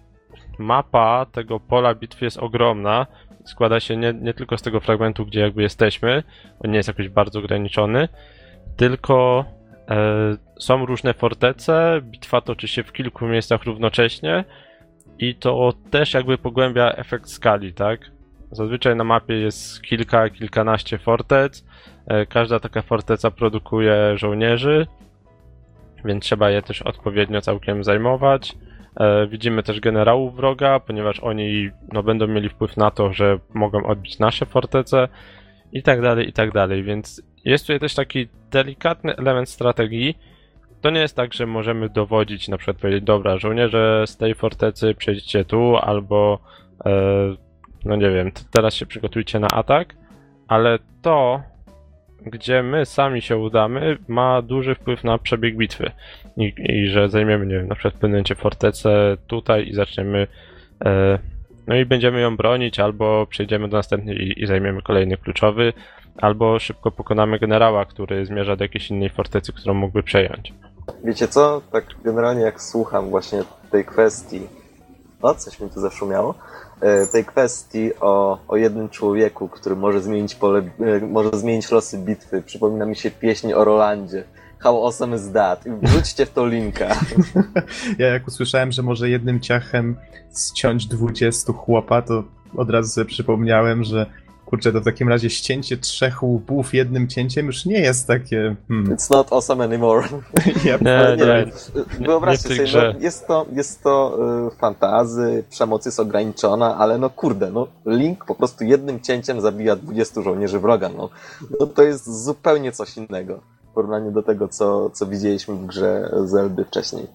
mapa tego pola bitwy jest ogromna. Składa się nie, nie tylko z tego fragmentu, gdzie jakby jesteśmy, on nie jest jakoś bardzo ograniczony, tylko e, są różne fortece, bitwa toczy się w kilku miejscach równocześnie i to też jakby pogłębia efekt skali, tak? Zazwyczaj na mapie jest kilka, kilkanaście fortec, e, każda taka forteca produkuje żołnierzy, więc trzeba je też odpowiednio całkiem zajmować. E, widzimy też generałów wroga, ponieważ oni no, będą mieli wpływ na to, że mogą odbić nasze fortece i tak dalej, i tak dalej, więc jest tutaj też taki delikatny element strategii. To nie jest tak, że możemy dowodzić, na przykład powiedzieć, dobra, żołnierze z tej fortecy przejdźcie tu, albo e, no nie wiem, teraz się przygotujcie na atak, ale to, gdzie my sami się udamy, ma duży wpływ na przebieg bitwy. I, i że zajmiemy, nie wiem, na przykład w pewnym momencie fortecę tutaj i zaczniemy, e, no i będziemy ją bronić, albo przejdziemy do następnej i, i zajmiemy kolejny kluczowy, albo szybko pokonamy generała, który zmierza do jakiejś innej fortecy, którą mógłby przejąć. Wiecie co? Tak generalnie jak słucham właśnie tej kwestii, o, coś mi tu zaszumiało, tej kwestii o, o jednym człowieku, który może zmienić pole, może zmienić losy bitwy. Przypomina mi się pieśń o Rolandzie. How awesome is that? Wrzućcie w to linka. Ja jak usłyszałem, że może jednym ciachem ściąć dwudziestu chłopa, to od razu sobie przypomniałem, że kurczę, to w takim razie ścięcie trzech łupów jednym cięciem już nie jest takie... Hmm. It's not awesome anymore. Ja Nie, nie, nie, nie. Wyobraźcie Nie w tej sobie, grze. no, jest to, jest to y, fantazy, przemoc jest ograniczona, ale no kurde, no Link po prostu jednym cięciem zabija dwudziestu żołnierzy wroga, no. No to jest zupełnie coś innego w porównaniu do tego, co, co widzieliśmy w grze Zeldy wcześniej.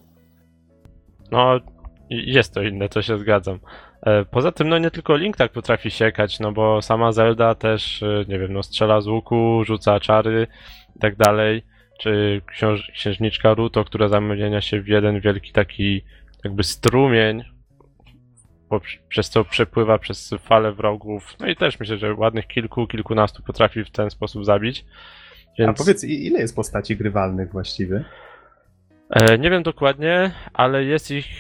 No, jest to inne, to się zgadzam. Poza tym, no nie tylko Link tak potrafi siekać, no bo sama Zelda też, nie wiem, no strzela z łuku, rzuca czary i tak dalej, czy książ- księżniczka Ruto, która zamienia się w jeden wielki taki jakby strumień, bo przez co przepływa przez falę wrogów, no i też myślę, że ładnych kilku, kilkunastu potrafi w ten sposób zabić. Więc... A powiedz, ile jest postaci grywalnych właściwie? E, nie wiem dokładnie, ale jest ich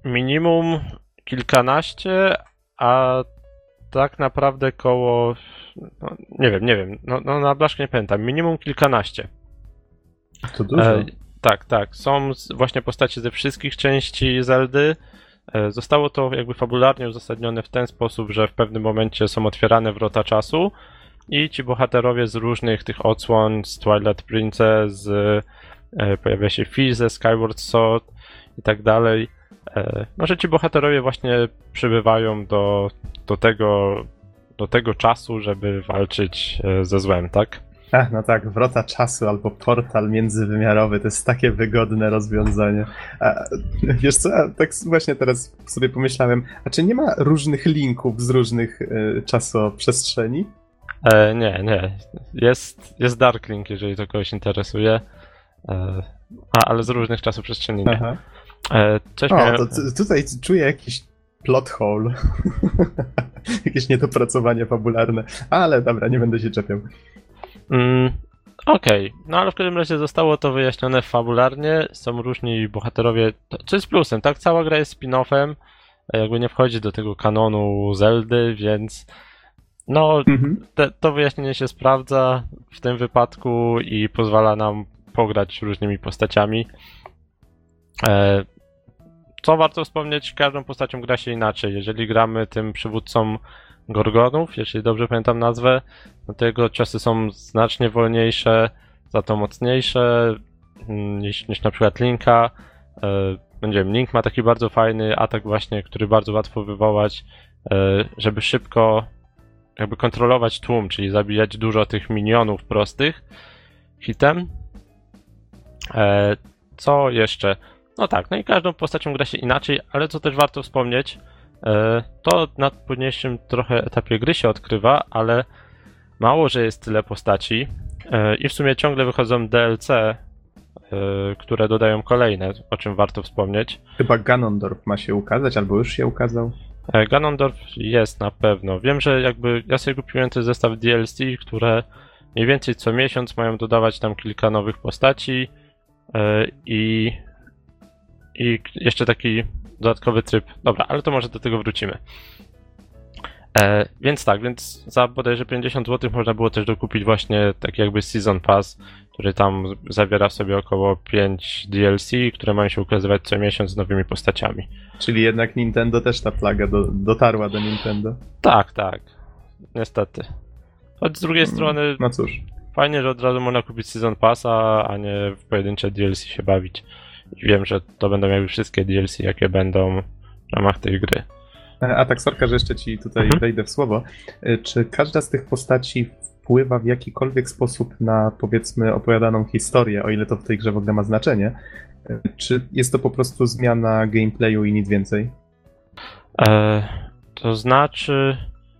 minimum kilkanaście, a tak naprawdę koło, no, nie wiem, nie wiem, no, no na blaszkę nie pamiętam, minimum kilkanaście. To dużo. E, tak, tak, są z, właśnie postacie ze wszystkich części Zeldy. E, zostało to jakby fabularnie uzasadnione w ten sposób, że w pewnym momencie są otwierane wrota czasu i ci bohaterowie z różnych tych odsłon, z Twilight Princess, z, e, pojawia się Fi ze Skyward Sword i tak dalej. E, no, że ci bohaterowie właśnie przybywają do, do tego do tego czasu, żeby walczyć e, ze złem, tak? Ach, no tak, wrota czasu albo portal międzywymiarowy to jest takie wygodne rozwiązanie. A, wiesz co, a tak właśnie teraz sobie pomyślałem, a czy nie ma różnych linków z różnych y, czasoprzestrzeni? E, nie, nie. Jest, jest Dark Link, jeżeli to kogoś interesuje. E, a, ale z różnych czasoprzestrzeni nie. Aha. E, coś O, miałem... to t- tutaj czuję jakiś plot hole. Jakieś niedopracowanie fabularne. Ale dobra, nie będę się czepiał. Mm, Okej, okay. No ale w każdym razie zostało to wyjaśnione fabularnie. Są różni bohaterowie, to, co jest plusem, tak? Cała gra jest spin-offem. Jakby nie wchodzi do tego kanonu Zeldy, więc no Mhm. te, to wyjaśnienie się sprawdza w tym wypadku i pozwala nam pograć różnymi postaciami. E, Co warto wspomnieć, każdą postacią gra się inaczej. Jeżeli gramy tym przywódcą Gorgonów, jeśli dobrze pamiętam nazwę, no to jego ciosy są znacznie wolniejsze, za to mocniejsze niż, niż na przykład Linka. Nie wiem, Link ma taki bardzo fajny atak właśnie, który bardzo łatwo wywołać, żeby szybko jakby kontrolować tłum, czyli zabijać dużo tych minionów prostych hitem. Co jeszcze? No tak, no i każdą postacią gra się inaczej, ale co też warto wspomnieć, to na późniejszym trochę etapie gry się odkrywa, ale mało, że jest tyle postaci i w sumie ciągle wychodzą D L C, które dodają kolejne, o czym warto wspomnieć. Chyba Ganondorf ma się ukazać, albo już się ukazał. Ganondorf jest na pewno. Wiem, że jakby ja sobie kupiłem ten zestaw D L C, które mniej więcej co miesiąc mają dodawać tam kilka nowych postaci i I jeszcze taki dodatkowy tryb. Dobra, ale to może do tego wrócimy. E, więc tak, więc za bodajże pięćdziesiąt złotych można było też dokupić właśnie taki jakby Season Pass, który tam zawiera w sobie około pięć D L C, które mają się ukazywać co miesiąc z nowymi postaciami. Czyli jednak Nintendo też ta plaga do, dotarła do Nintendo. Tak, tak. Niestety. Choć z drugiej strony No cóż. fajnie, że od razu można kupić Season Passa, a nie w pojedyncze D L C się bawić. I wiem, że to będą jakby wszystkie D L C, jakie będą w ramach tej gry. A tak, sorka, że jeszcze ci tutaj Mhm. wejdę w słowo. Czy każda z tych postaci wpływa w jakikolwiek sposób na, powiedzmy, opowiadaną historię, o ile to w tej grze w ogóle ma znaczenie? Czy jest to po prostu zmiana gameplayu i nic więcej? E, to znaczy...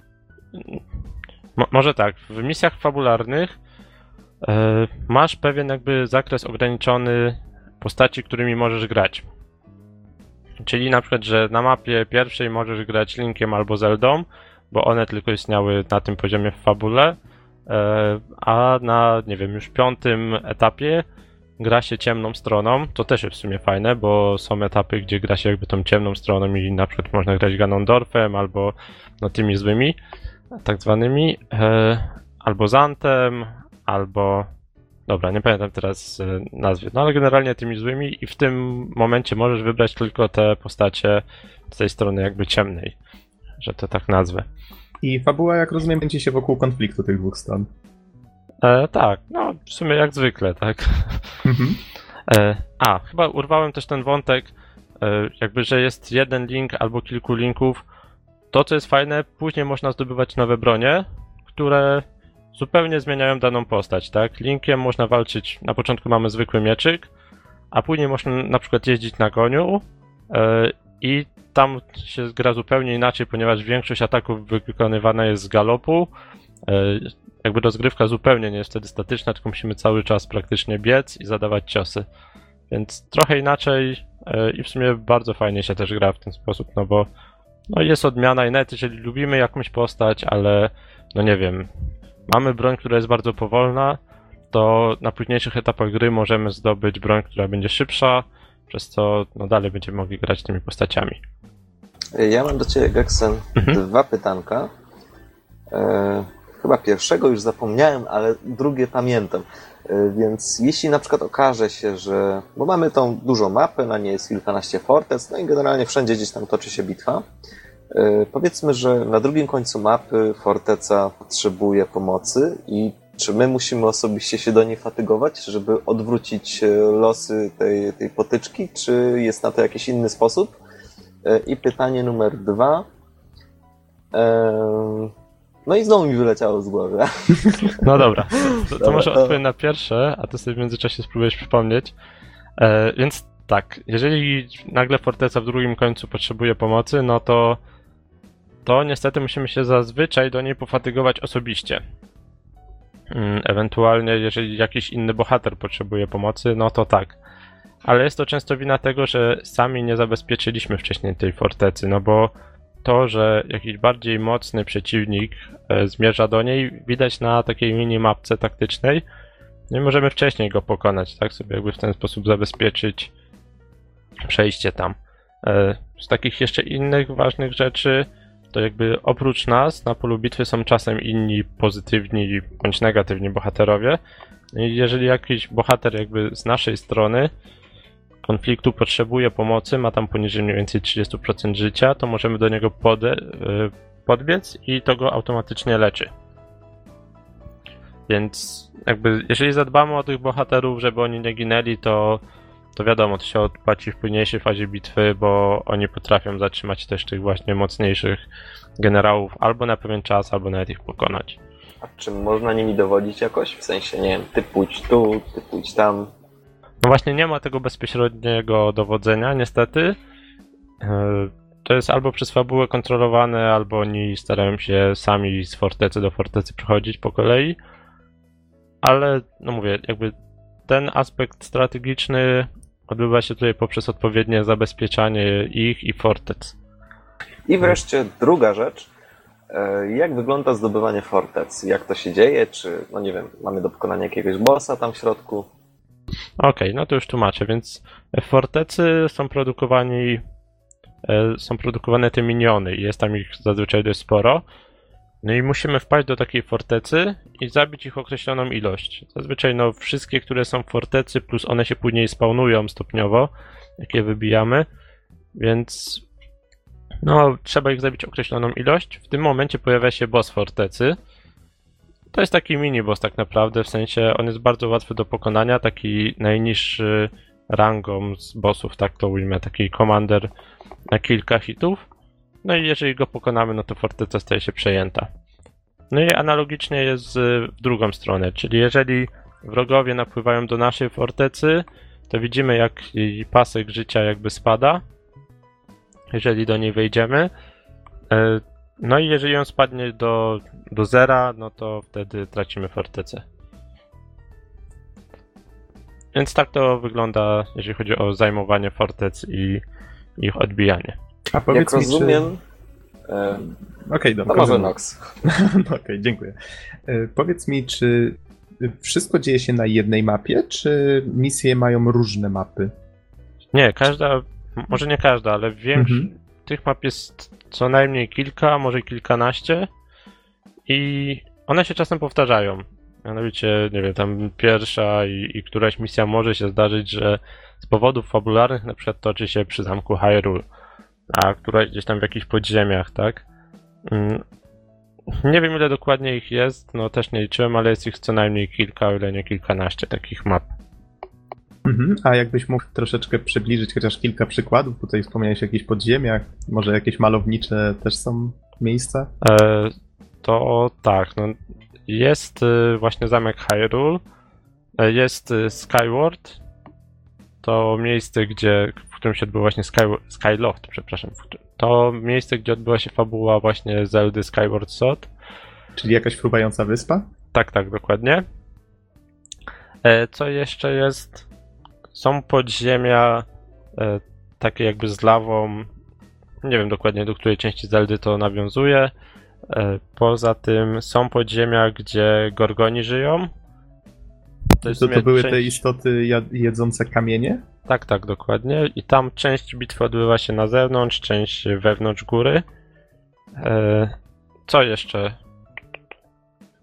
Mo- może tak, w misjach fabularnych e, masz pewien jakby zakres ograniczony postaci, którymi możesz grać. Czyli na przykład, że na mapie pierwszej możesz grać Linkiem albo Zeldą, bo one tylko istniały na tym poziomie w fabule, e, a na, nie wiem, już piątym etapie gra się ciemną stroną. To też jest w sumie fajne, bo są etapy, gdzie gra się jakby tą ciemną stroną i na przykład można grać Ganondorfem albo no, tymi złymi, tak zwanymi, e, albo Zantem, albo... Dobra, nie pamiętam teraz e, nazwy, no ale generalnie tymi złymi i w tym momencie możesz wybrać tylko te postacie z tej strony jakby ciemnej, że to tak nazwę. I fabuła, jak rozumiem, kręci się wokół konfliktu tych dwóch stron. E, tak, no w sumie jak zwykle, tak. Mhm. E, a, chyba urwałem też ten wątek, e, jakby, że jest jeden link albo kilku linków. To, co jest fajne, później można zdobywać nowe bronie, które zupełnie zmieniają daną postać, tak? Linkiem można walczyć, na początku mamy zwykły mieczyk, a później można na przykład jeździć na koniu e, i tam się gra zupełnie inaczej, ponieważ większość ataków wykonywana jest z galopu. E, jakby rozgrywka zupełnie nie jest wtedy statyczna, tylko musimy cały czas praktycznie biec i zadawać ciosy. Więc trochę inaczej e, i w sumie bardzo fajnie się też gra w ten sposób, no bo no jest odmiana i nawet jeżeli lubimy jakąś postać, ale no nie wiem, mamy broń, która jest bardzo powolna, to na późniejszych etapach gry możemy zdobyć broń, która będzie szybsza, przez co no dalej będziemy mogli grać tymi postaciami. Ja mam do Ciebie, Geksen, Mhm. dwa pytanka. E, chyba pierwszego już zapomniałem, ale drugie pamiętam. Więc jeśli na przykład okaże się, że... Bo mamy tą dużą mapę, na niej jest kilkanaście fortec, no i generalnie wszędzie gdzieś tam toczy się bitwa. Powiedzmy, że na drugim końcu mapy forteca potrzebuje pomocy i czy my musimy osobiście się do niej fatygować, żeby odwrócić losy tej, tej potyczki, czy jest na to jakiś inny sposób? I pytanie numer dwa. No i znowu mi wyleciało z głowy. No dobra, to, to może odpowiem na pierwsze, a ty sobie w międzyczasie spróbujesz przypomnieć. E, więc tak, jeżeli nagle forteca w drugim końcu potrzebuje pomocy, no to to niestety musimy się zazwyczaj do niej pofatygować osobiście. Ewentualnie, jeżeli jakiś inny bohater potrzebuje pomocy, no to tak. Ale jest to często wina tego, że sami nie zabezpieczyliśmy wcześniej tej fortecy, no bo to, że jakiś bardziej mocny przeciwnik e, zmierza do niej, widać na takiej minimapce taktycznej. No i możemy wcześniej go pokonać, tak? Sobie jakby w ten sposób zabezpieczyć przejście tam. E, z takich jeszcze innych ważnych rzeczy, to jakby oprócz nas na polu bitwy są czasem inni pozytywni bądź negatywni bohaterowie. I jeżeli jakiś bohater jakby z naszej strony konfliktu potrzebuje pomocy, ma tam poniżej mniej więcej trzydzieści procent życia, to możemy do niego pode, podbiec i to go automatycznie leczy. Więc jakby jeżeli zadbamy o tych bohaterów, żeby oni nie ginęli, to, to wiadomo, to się odpłaci w późniejszej fazie bitwy, bo oni potrafią zatrzymać też tych właśnie mocniejszych generałów albo na pewien czas, albo nawet ich pokonać. A czy można nimi dowodzić jakoś? W sensie, nie wiem, ty pójdź tu, ty pójdź tam. No właśnie nie ma tego bezpośredniego dowodzenia, niestety. To jest albo przez fabułę kontrolowane, albo oni starają się sami z fortecy do fortecy przechodzić po kolei. Ale, no mówię, jakby ten aspekt strategiczny odbywa się tutaj poprzez odpowiednie zabezpieczanie ich i fortec. I wreszcie druga rzecz. Jak wygląda zdobywanie fortec? Jak to się dzieje? Czy, no nie wiem, mamy do pokonania jakiegoś bossa tam w środku? Okej, okay, no to już tłumaczę, więc w fortecy są produkowani, są produkowane te miniony i jest tam ich zazwyczaj dość sporo. No i musimy wpaść do takiej fortecy i zabić ich określoną ilość. Zazwyczaj no wszystkie, które są w fortecy, plus one się później spawnują stopniowo, jak je wybijamy, więc no trzeba ich zabić określoną ilość. W tym momencie pojawia się boss fortecy. To jest taki mini boss tak naprawdę, w sensie on jest bardzo łatwy do pokonania, taki najniższy rangą z bossów, tak to ujmę, taki komander na kilka hitów. No i jeżeli go pokonamy, no to forteca staje się przejęta. No i analogicznie jest w drugą stronę, czyli jeżeli wrogowie napływają do naszej fortecy, to widzimy jak jej pasek życia jakby spada, jeżeli do niej wejdziemy. No i jeżeli on spadnie do, do zera, no to wtedy tracimy fortecę. Więc tak to wygląda, jeżeli chodzi o zajmowanie fortec i ich odbijanie. A powiedz Jak mi, rozumiem... Czy... E... Okej, okay, dobra. To może Nox. No okej, okay, dziękuję. E, powiedz mi, czy wszystko dzieje się na jednej mapie, czy misje mają różne mapy? Nie, każda, może nie każda, ale większość mhm. tych map jest co najmniej kilka, może kilkanaście i one się czasem powtarzają. Mianowicie, nie wiem, tam pierwsza i, i któraś misja może się zdarzyć, że z powodów fabularnych na przykład toczy się przy zamku Hyrule, a któraś gdzieś tam w jakichś podziemiach, tak? Nie wiem ile dokładnie ich jest, no też nie liczyłem, ale jest ich co najmniej kilka, o ile nie kilkanaście takich map. Mhm. A jakbyś mógł troszeczkę przybliżyć chociaż kilka przykładów, tutaj wspomniałeś o jakichś podziemiach, może jakieś malownicze też są miejsca? E, to tak, no jest właśnie zamek Hyrule, jest Skyward, to miejsce, gdzie, w którym się odbywa właśnie Sky, Skyloft, przepraszam, to miejsce, gdzie odbyła się fabuła właśnie Zeldy Skyward Sword. Czyli jakaś fruwająca wyspa? Tak, tak, dokładnie. E, co jeszcze jest? Są podziemia e, takie jakby z lawą, nie wiem dokładnie do której części Zeldy to nawiązuje. E, poza tym są podziemia, gdzie gorgoni żyją. To, to, to były część... te istoty jedzące kamienie? Tak, tak, dokładnie. I tam część bitwy odbywa się na zewnątrz, część wewnątrz góry. E, co jeszcze?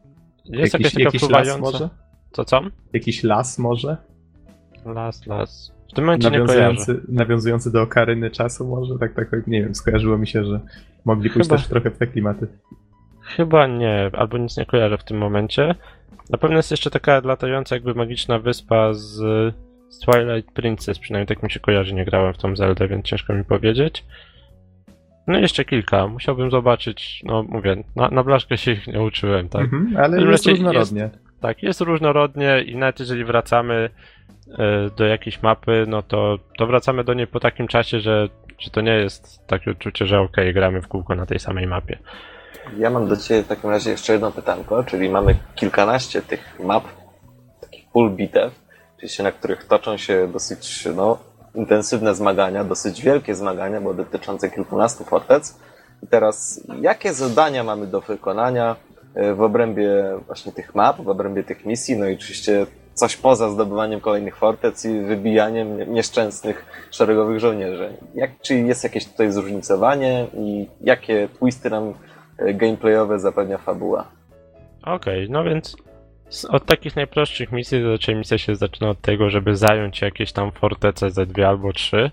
Jest jakiś jakaś taka jakiś las pływająca... może? Co, co? Jakiś las może? Las, las. W tym momencie nie kojarzę. Nawiązujący, nawiązujący do Okaryny czasu może? Tak, tak, nie wiem, skojarzyło mi się, że mogli pójść Chyba. też trochę w te klimaty. Chyba nie, albo nic nie kojarzę w tym momencie. Na pewno jest jeszcze taka latająca jakby magiczna wyspa z, z Twilight Princess, przynajmniej tak mi się kojarzy, nie grałem w tą Zeldę, więc ciężko mi powiedzieć. No i jeszcze kilka, musiałbym zobaczyć, no mówię, na, na blaszkę się ich nie uczyłem, tak? Mhm, ale W jest razie różnorodnie. Tak, jest różnorodnie i nawet jeżeli wracamy e, do jakiejś mapy, no to, to wracamy do niej po takim czasie, że, że to nie jest takie uczucie, że okej, okay, gramy w kółko na tej samej mapie. Ja mam do Ciebie w takim razie jeszcze jedno pytanko, czyli mamy kilkanaście tych map, takich pól bitew, czyli na których toczą się dosyć no, intensywne zmagania, dosyć wielkie zmagania, bo dotyczące kilkunastu fortec. I teraz, jakie zadania mamy do wykonania w obrębie właśnie tych map, w obrębie tych misji, no i oczywiście coś poza zdobywaniem kolejnych fortec i wybijaniem nieszczęsnych szeregowych żołnierzy. Jak, czy jest jakieś tutaj zróżnicowanie i jakie twisty nam gameplayowe zapewnia fabuła? Okej, okay, no więc od takich najprostszych misji, zazwyczaj misja się zaczyna od tego, żeby zająć jakieś tam fortece ze dwie albo trzy.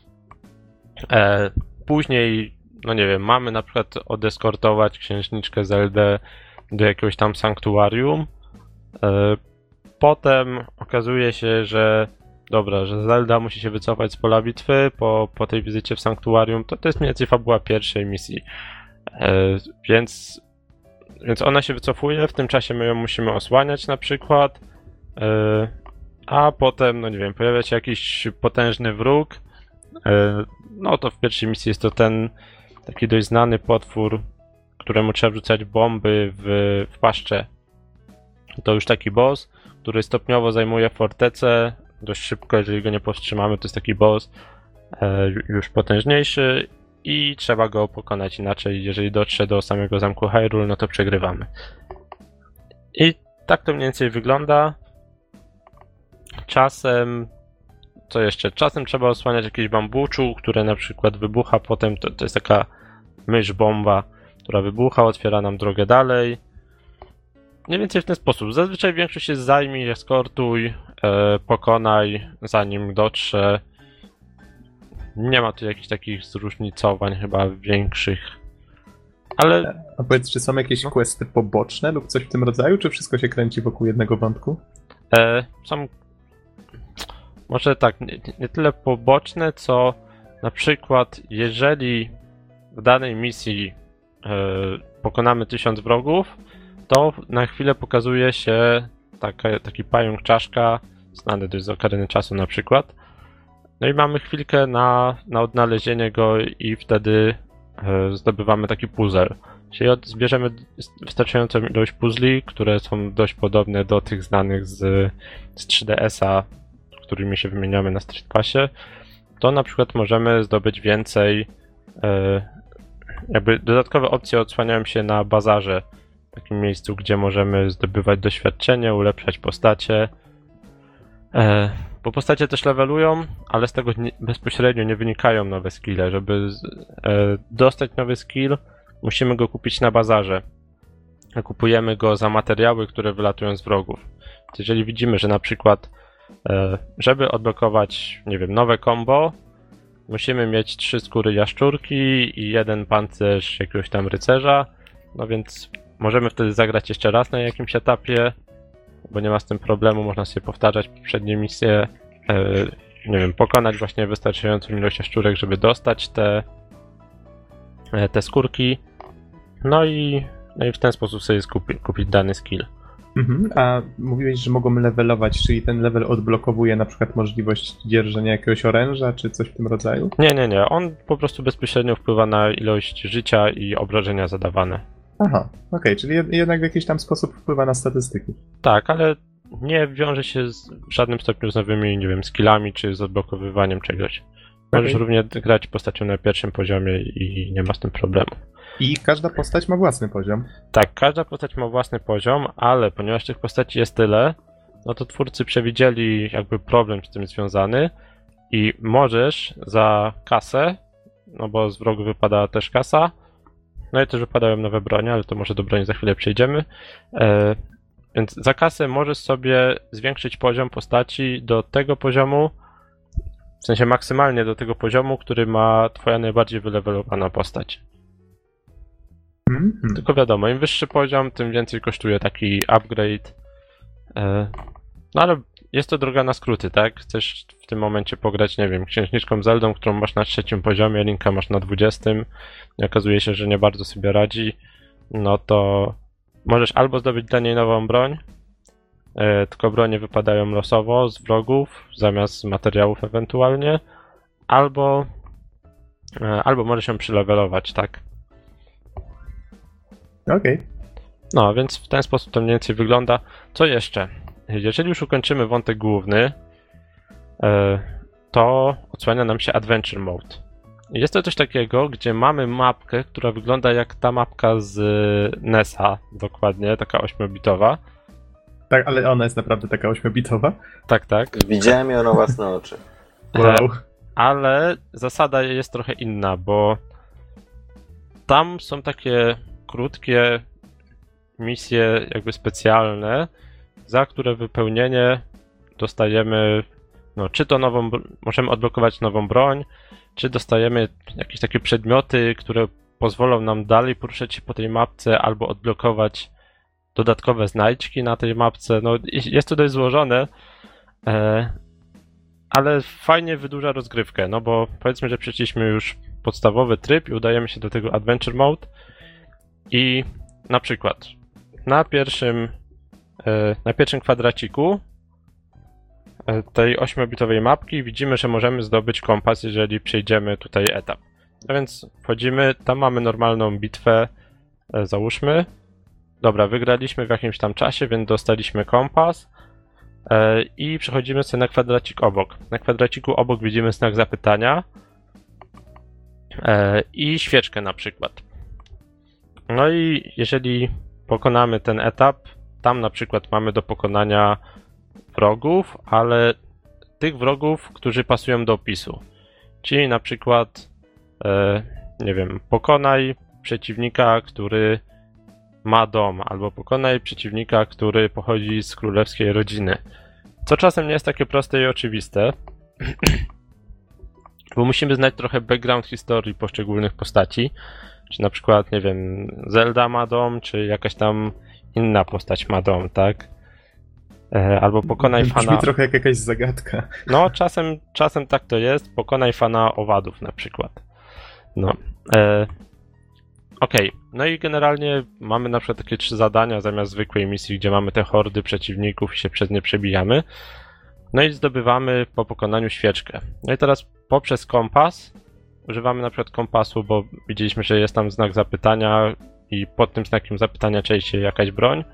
E, później, no nie wiem, mamy na przykład odeskortować księżniczkę Zeldę do jakiegoś tam sanktuarium. E, potem okazuje się, że dobra, że Zelda musi się wycofać z pola bitwy po, po tej wizycie w sanktuarium. To, to jest mniej więcej fabuła pierwszej misji. E, więc, więc ona się wycofuje, w tym czasie my ją musimy osłaniać na przykład, e, a potem, no nie wiem, pojawia się jakiś potężny wróg, e, no to w pierwszej misji jest to ten taki dość znany potwór, któremu trzeba wrzucać bomby w, w paszczę. To już taki boss, który stopniowo zajmuje fortecę, dość szybko, jeżeli go nie powstrzymamy, to jest taki boss e, już potężniejszy i trzeba go pokonać, inaczej jeżeli dotrze do samego zamku Hyrule, no to przegrywamy. I tak to mniej więcej wygląda. Czasem, co jeszcze? Czasem trzeba osłaniać jakieś bambuczu, które na przykład wybucha potem, to, to jest taka mysz bomba, która wybucha, otwiera nam drogę dalej. Mniej więcej w ten sposób. Zazwyczaj większość jest zajmij, eskortuj, e, pokonaj, zanim dotrze. Nie ma tu jakichś takich zróżnicowań chyba większych. Ale... A powiedz, czy są jakieś no. questy poboczne lub coś w tym rodzaju, czy wszystko się kręci wokół jednego wątku? E, są... Może tak, nie, nie tyle poboczne, co na przykład jeżeli w danej misji e, pokonamy tysiąc wrogów, to na chwilę pokazuje się taka, taki pająk czaszka, znany dość z Okaryny czasu na przykład. No i mamy chwilkę na, na odnalezienie go i wtedy e, zdobywamy taki puzzle. Czyli od, zbierzemy wystarczającą ilość puzli, które są dość podobne do tych znanych z, z trzy D S a, którymi się wymieniamy na Street Passie, to na przykład możemy zdobyć więcej, e, jakby dodatkowe opcje odsłaniają się na bazarze, w takim miejscu, gdzie możemy zdobywać doświadczenie, ulepszać postacie. E, bo postacie też levelują, ale z tego nie, bezpośrednio nie wynikają nowe skille. Żeby z, e, dostać nowy skill, musimy go kupić na bazarze. Kupujemy go za materiały, które wylatują z wrogów. Więc jeżeli widzimy, że na przykład e, żeby odblokować, nie wiem, nowe combo, musimy mieć trzy skóry jaszczurki i jeden pancerz jakiegoś tam rycerza, no więc możemy wtedy zagrać jeszcze raz na jakimś etapie, bo nie ma z tym problemu, można sobie powtarzać poprzednie misje, e, nie wiem, pokonać właśnie wystarczającą ilość jaszczurek, żeby dostać te, e, te skórki, no i, no i w ten sposób sobie skupi, kupić dany skill. Mhm. A mówiłeś, że mogą levelować, czyli ten level odblokowuje na przykład możliwość dzierżenia jakiegoś oręża, czy coś w tym rodzaju? Nie, nie, nie, on po prostu bezpośrednio wpływa na ilość życia i obrażenia zadawane. Aha, okej, okay, czyli jednak w jakiś tam sposób wpływa na statystyki. Tak, ale nie wiąże się z, w żadnym stopniu z nowymi, nie wiem, skillami czy z odblokowywaniem czegoś. Możesz okay. równie grać postacią na pierwszym poziomie i nie ma z tym problemu. I każda postać ma własny poziom. Tak, każda postać ma własny poziom, ale ponieważ tych postaci jest tyle, no to twórcy przewidzieli jakby problem z tym związany i możesz za kasę, no bo z wrogu wypada też kasa, no i też wypadają nowe bronie, ale to może do broni za chwilę przejdziemy, e, Więc za kasę możesz sobie zwiększyć poziom postaci do tego poziomu, w sensie maksymalnie do tego poziomu, który ma twoja najbardziej wylevelowana postać. Mm-hmm. Tylko wiadomo, im wyższy poziom, tym więcej kosztuje taki upgrade. No ale jest to droga na skróty, tak? Chcesz w tym momencie pograć, nie wiem, księżniczką Zeldą, którą masz na trzecim poziomie, Linka masz na dwudziestym i okazuje się, że nie bardzo sobie radzi, no to możesz albo zdobyć dla niej nową broń, tylko bronie wypadają losowo z wrogów, zamiast z materiałów ewentualnie, albo albo możesz się przylevelować, tak? Okej. Okay. No, więc w ten sposób to mniej więcej wygląda. Co jeszcze? Jeżeli już ukończymy wątek główny, to odsłania nam się Adventure Mode. Jest to coś takiego, gdzie mamy mapkę, która wygląda jak ta mapka z N E S-a, dokładnie, taka ośmiobitowa. Tak, ale ona jest naprawdę taka ośmiobitowa? Tak, tak. Widziałem ją na własne oczy. Wow. Ale zasada jest trochę inna, bo tam są takie krótkie misje jakby specjalne, za które wypełnienie dostajemy, no czy to nową, możemy odblokować nową broń, czy dostajemy jakieś takie przedmioty, które pozwolą nam dalej poruszać się po tej mapce, albo odblokować dodatkowe znajdźki na tej mapce. No jest to dość złożone, ale fajnie wydłuża rozgrywkę, no bo powiedzmy, że przeszliśmy już podstawowy tryb i udajemy się do tego Adventure Mode i na przykład na pierwszym na pierwszym kwadraciku tej ośmiobitowej mapki widzimy, że możemy zdobyć kompas, jeżeli przejdziemy tutaj etap. A więc wchodzimy, tam mamy normalną bitwę, załóżmy. Dobra, wygraliśmy w jakimś tam czasie, więc dostaliśmy kompas i przechodzimy sobie na kwadracik obok. Na kwadraciku obok widzimy znak zapytania i świeczkę na przykład. No i jeżeli pokonamy ten etap, tam na przykład mamy do pokonania wrogów, ale tych wrogów, którzy pasują do opisu. Czyli na przykład, e, nie wiem, pokonaj przeciwnika, który ma dom, albo pokonaj przeciwnika, który pochodzi z królewskiej rodziny. Co czasem nie jest takie proste i oczywiste, bo musimy znać trochę background historii poszczególnych postaci. Czy na przykład, nie wiem, Zelda ma dom, czy jakaś tam inna postać ma dom, tak? E, albo pokonaj fana... Brzmi trochę jak jakaś zagadka. No, czasem, czasem tak to jest. Pokonaj fana owadów na przykład. No. E, Okej, okay. No i generalnie mamy na przykład takie trzy zadania zamiast zwykłej misji, gdzie mamy te hordy przeciwników i się przez nie przebijamy. No i zdobywamy po pokonaniu świeczkę. No i teraz poprzez kompas używamy na przykład kompasu, bo widzieliśmy, że jest tam znak zapytania i pod tym znakiem zapytania czai się jakaś broń.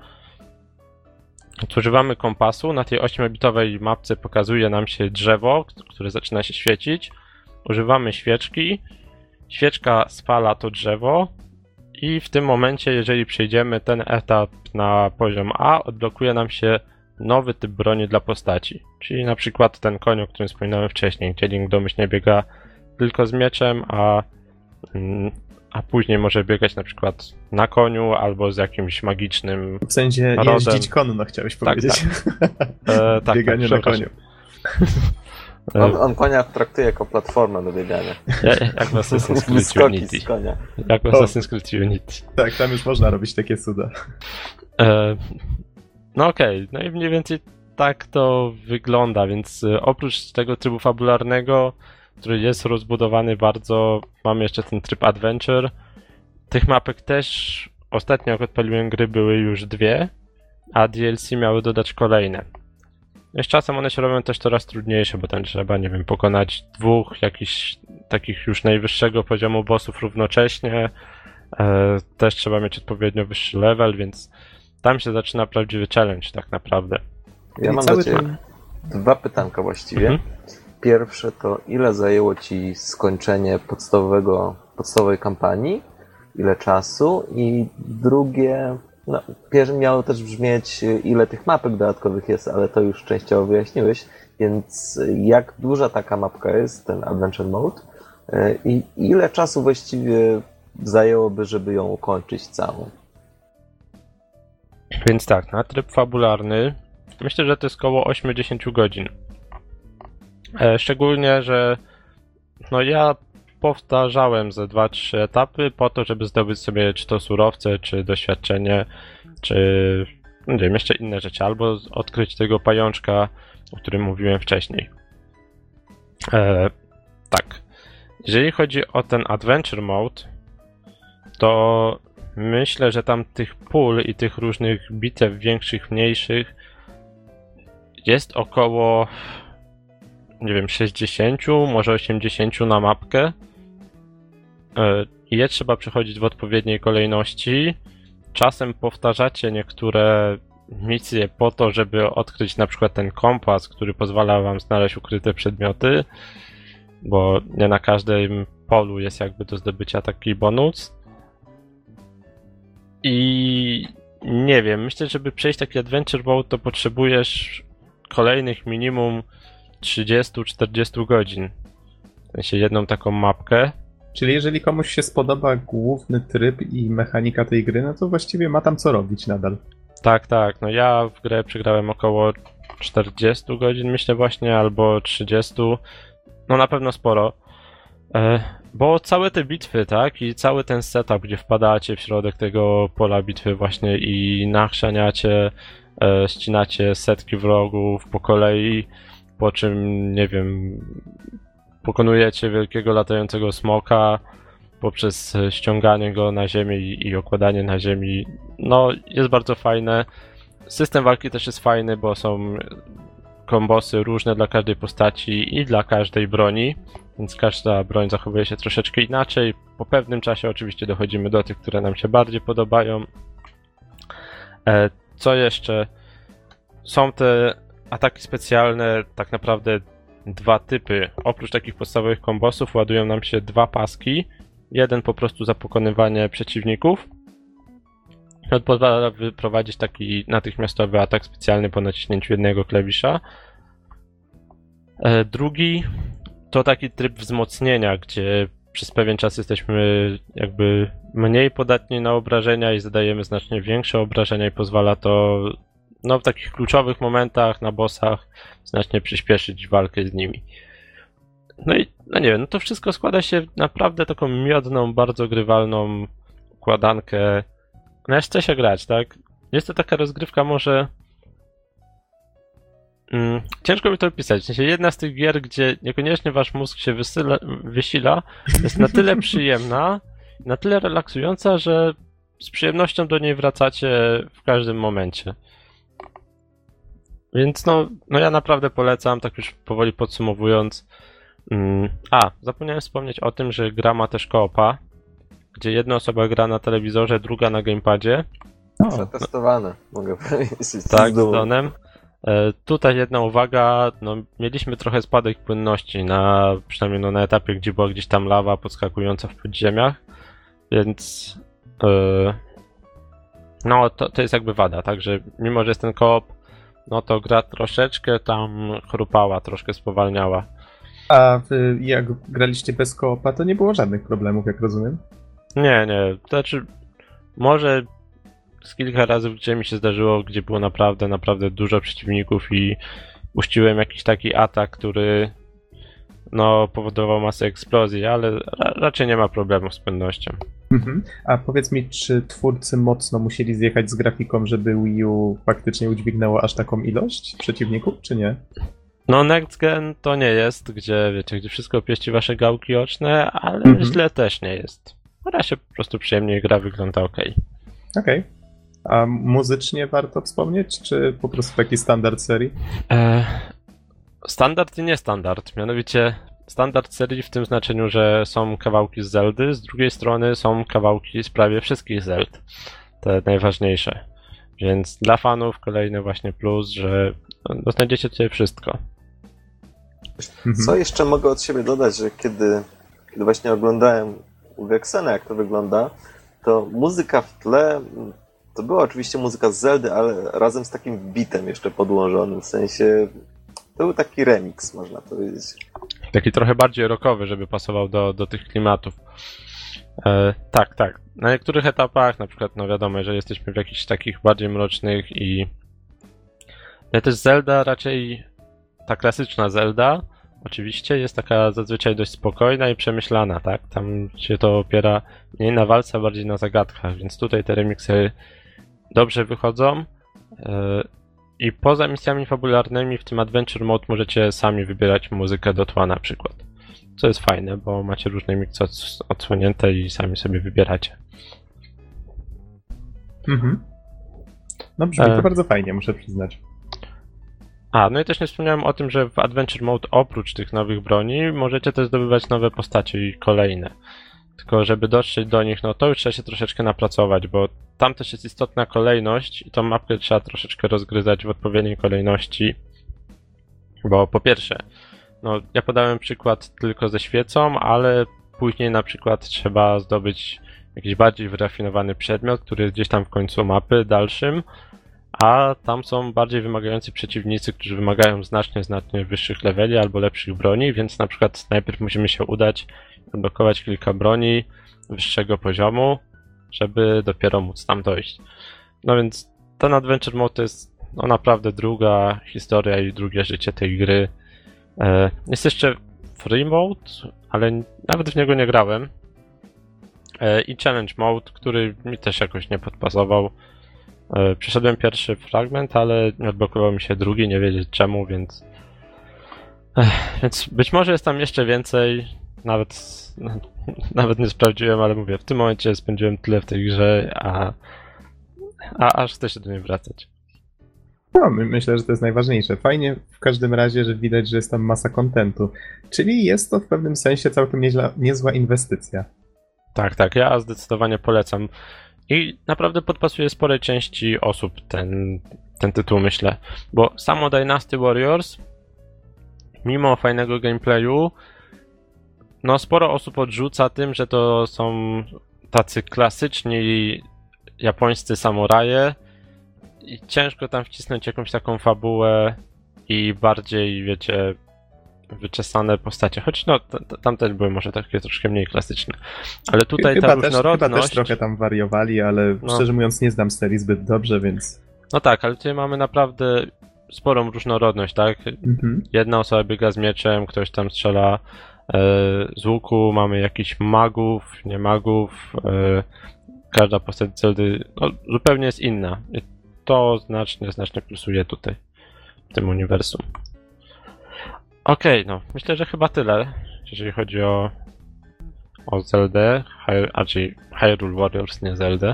Używamy kompasu, na tej ośmiobitowej mapce pokazuje nam się drzewo, które zaczyna się świecić. Używamy świeczki, świeczka spala to drzewo i w tym momencie, jeżeli przejdziemy ten etap na poziom A, odblokuje nam się nowy typ broni dla postaci. Czyli na przykład ten koń, o którym wspominałem wcześniej, gdzie Link domyślnie biega tylko z mieczem, a, a później może biegać na przykład na koniu albo z jakimś magicznym W sensie rodem. jeździć konno, chciałeś Tak, powiedzieć. tak. E, tak, Bieganie tak, na koniu. On, on konia traktuje jako platformę do biegania. Ja, jak w Assassin's Creed Skoki Unity. z konia. Jak w Assassin's Creed Unity. Tak, tam już można robić takie cuda. E, no okej, okay. No i mniej więcej tak to wygląda, więc oprócz tego trybu fabularnego, który jest rozbudowany bardzo, mamy jeszcze ten tryb Adventure. Tych mapek też ostatnio jak odpaliłem gry były już dwie, a D L C miały dodać kolejne. No z czasem one się robią też coraz trudniejsze, bo tam trzeba, nie wiem, pokonać dwóch jakichś takich już najwyższego poziomu bossów równocześnie. E, też trzeba mieć odpowiednio wyższy level, więc tam się zaczyna prawdziwy challenge tak naprawdę. Ja I mam cały do ciebie ten- dwa pytanka właściwie. Mhm. Pierwsze to ile zajęło ci skończenie podstawowego, podstawowej kampanii? Ile czasu? I drugie, no, pierwsze miało też brzmieć, ile tych mapek dodatkowych jest, ale to już częściowo wyjaśniłeś, więc jak duża taka mapka jest, ten Adventure Mode? I ile czasu właściwie zajęłoby, żeby ją ukończyć całą? Więc tak, na tryb fabularny myślę, że to jest około osiem do dziesięciu godzin. E, szczególnie, że no ja powtarzałem ze dwa trzy etapy po to, żeby zdobyć sobie czy to surowce, czy doświadczenie, czy nie wiem, jeszcze inne rzeczy, albo odkryć tego pajączka, o którym mówiłem wcześniej. E, tak. Jeżeli chodzi o ten Adventure Mode, to myślę, że tam tych pól i tych różnych bitew większych, mniejszych jest około, nie wiem, sześćdziesiąt, może osiemdziesiąt na mapkę. I je trzeba przechodzić w odpowiedniej kolejności. Czasem powtarzacie niektóre misje po to, żeby odkryć na przykład ten kompas, który pozwala wam znaleźć ukryte przedmioty, bo nie na każdym polu jest jakby do zdobycia taki bonus. I nie wiem, myślę, żeby przejść taki Adventure Mode, to potrzebujesz kolejnych minimum trzydzieści do czterdziestu godzin. W sensie jedną taką mapkę. Czyli jeżeli komuś się spodoba główny tryb i mechanika tej gry, no to właściwie ma tam co robić nadal. Tak, tak. No ja w grę przegrałem około czterdzieści godzin, myślę właśnie, albo trzydzieści. No na pewno sporo. E, bo całe te bitwy, tak? I cały ten setup, gdzie wpadacie w środek tego pola bitwy właśnie i nachrzaniacie, e, ścinacie setki wrogów po kolei, po czym, nie wiem, pokonujecie wielkiego latającego smoka poprzez ściąganie go na ziemię i, i okładanie na ziemi. No, jest bardzo fajne. System walki też jest fajny, bo są kombosy różne dla każdej postaci i dla każdej broni, więc każda broń zachowuje się troszeczkę inaczej. Po pewnym czasie oczywiście dochodzimy do tych, które nam się bardziej podobają. E, co jeszcze? Są te ataki specjalne, tak naprawdę dwa typy. Oprócz takich podstawowych kombosów ładują nam się dwa paski. Jeden po prostu za pokonywanie przeciwników. On pozwala wyprowadzić taki natychmiastowy atak specjalny po naciśnięciu jednego klawisza. E, drugi to taki tryb wzmocnienia, gdzie przez pewien czas jesteśmy jakby mniej podatni na obrażenia i zadajemy znacznie większe obrażenia i pozwala to no, w takich kluczowych momentach na bossach znacznie przyspieszyć walkę z nimi. No i no nie wiem, no to wszystko składa się w naprawdę taką miodną, bardzo grywalną układankę. No ja chce się grać, tak? Jest to taka rozgrywka może... Hmm, ciężko mi to opisać. W sensie jedna z tych gier, gdzie niekoniecznie wasz mózg się wysyla, wysila, jest na tyle przyjemna, na tyle relaksująca, że z przyjemnością do niej wracacie w każdym momencie. Więc no, no ja naprawdę polecam, tak już powoli podsumowując. Hmm, a, zapomniałem wspomnieć o tym, że gra ma też koopa, gdzie jedna osoba gra na telewizorze, druga na gamepadzie. O, Przetestowane, no. Mogę powiedzieć. Tak, z Donem. E, tutaj jedna uwaga, no mieliśmy trochę spadek płynności, na, przynajmniej no, na etapie, gdzie była gdzieś tam lawa podskakująca w podziemiach, więc e, no to, to jest jakby wada, także mimo, że jest ten koop, no to gra troszeczkę tam chrupała, troszkę spowalniała. A wy, jak graliście bez koopa, to nie było żadnych problemów, jak rozumiem? Nie, nie, to znaczy może z kilka razy, gdzie mi się zdarzyło, gdzie było naprawdę, naprawdę dużo przeciwników i puściłem jakiś taki atak, który no powodował masę eksplozji, ale ra- raczej nie ma problemu z płynnością. Mhm. A powiedz mi, czy twórcy mocno musieli zjechać z grafiką, żeby Wii U faktycznie udźwignęło aż taką ilość przeciwników, czy nie? No Next Gen to nie jest, gdzie wiecie, gdzie wszystko pieści wasze gałki oczne, ale Mhm. źle też nie jest. Na się po prostu przyjemnie gra, wygląda ok. Okej. Okay. A muzycznie warto wspomnieć, czy po prostu taki standard serii? E, standard i niestandard. Mianowicie standard serii w tym znaczeniu, że są kawałki z Zeldy, z drugiej strony są kawałki z prawie wszystkich Zeld. Te najważniejsze. Więc dla fanów kolejny właśnie plus, że no, znajdziecie tutaj wszystko. Mhm. Co jeszcze mogę od siebie dodać, że kiedy, kiedy właśnie oglądałem u Vexena, jak to wygląda, to muzyka w tle to była oczywiście muzyka z Zeldy, ale razem z takim bitem jeszcze podłożonym, w sensie to był taki remix, można powiedzieć. Taki trochę bardziej rockowy, żeby pasował do, do tych klimatów. E, tak, tak. Na niektórych etapach, na przykład, no wiadomo, że jesteśmy w jakichś takich bardziej mrocznych i... Ja też Zelda raczej, ta klasyczna Zelda, oczywiście jest taka zazwyczaj dość spokojna i przemyślana, tak? Tam się to opiera mniej na walce, a bardziej na zagadkach, więc tutaj te remiksy dobrze wychodzą. E, I poza misjami fabularnymi w tym Adventure Mode możecie sami wybierać muzykę do tła na przykład. Co jest fajne, bo macie różne miksy odsłonięte i sami sobie wybieracie. Mhm. No brzmi to E... bardzo fajnie, muszę przyznać. A, no i też nie wspomniałem o tym, że w Adventure Mode oprócz tych nowych broni możecie też zdobywać nowe postacie i kolejne. Tylko żeby dotrzeć do nich, no to już trzeba się troszeczkę napracować, bo tam też jest istotna kolejność i tą mapkę trzeba troszeczkę rozgryzać w odpowiedniej kolejności. Bo po pierwsze, no ja podałem przykład tylko ze świecą, ale później na przykład trzeba zdobyć jakiś bardziej wyrafinowany przedmiot, który jest gdzieś tam w końcu mapy dalszym, a tam są bardziej wymagający przeciwnicy, którzy wymagają znacznie, znacznie wyższych leveli albo lepszych broni, więc na przykład najpierw musimy się udać odblokować kilka broni wyższego poziomu, żeby dopiero móc tam dojść. No więc ten Adventure Mode to jest no naprawdę druga historia i drugie życie tej gry. Jest jeszcze Free Mode, ale nawet w niego nie grałem. I Challenge Mode, który mi też jakoś nie podpasował. Przeszedłem pierwszy fragment, ale nie odblokował mi się drugi, nie wiedzieć czemu, więc... Więc być może jest tam jeszcze więcej. Nawet, nawet nie sprawdziłem, ale mówię, w tym momencie spędziłem tyle w tej grze, a, a aż chcę się do niej wracać. No, my, myślę, że to jest najważniejsze. Fajnie w każdym razie, że widać, że jest tam masa kontentu. Czyli jest to w pewnym sensie całkiem niezła, niezła inwestycja. Tak, tak, ja zdecydowanie polecam. I naprawdę podpasuje sporej części osób ten, ten tytuł, myślę. Bo samo Dynasty Warriors, mimo fajnego gameplayu, no sporo osób odrzuca tym, że to są tacy klasyczni japońscy samuraje i ciężko tam wcisnąć jakąś taką fabułę i bardziej, wiecie, wyczesane postacie. Choć no, t- t- tam też były może takie troszkę mniej klasyczne. Ale tutaj chyba ta też, różnorodność... Chyba też trochę tam wariowali, ale no. szczerze mówiąc nie znam serii zbyt dobrze, więc... No tak, ale tutaj mamy naprawdę sporą różnorodność, tak? Mhm. Jedna osoba biega z mieczem, ktoś tam strzela e, z łuku, mamy jakichś magów, nie magów, e, każda postać Zeldy no, zupełnie jest inna. I to znacznie, znacznie plusuje tutaj, w tym uniwersum. Okej, okay, no, myślę, że chyba tyle, jeżeli chodzi o, o Zeldę, a czyli Hyrule Warriors, nie Zeldę.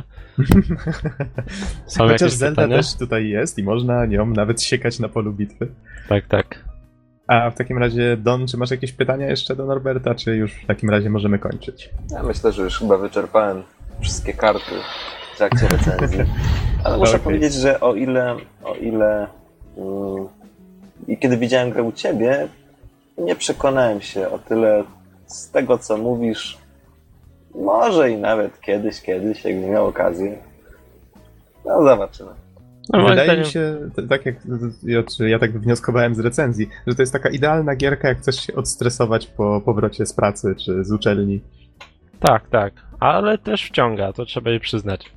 Są Chociaż jakieś Zelda pytania? też tutaj jest i można nią nawet siekać na polu bitwy. Tak, tak. A w takim razie, Don, czy masz jakieś pytania jeszcze do Norberta, czy już w takim razie możemy kończyć? Ja myślę, że już chyba wyczerpałem wszystkie karty w trakcie recenzji. Ale muszę Okay. powiedzieć, że o ile, o ile um, i kiedy widziałem grę u ciebie, nie przekonałem się o tyle z tego, co mówisz. Może i nawet kiedyś, kiedyś, jakbym miał okazję. No zobaczymy. No, moim Wydaje zdaniem... mi się, t- tak jak ja, czy ja tak wnioskowałem z recenzji, że to jest taka idealna gierka, jak chcesz się odstresować po powrocie z pracy czy z uczelni. Tak, tak, ale też wciąga, to trzeba jej przyznać.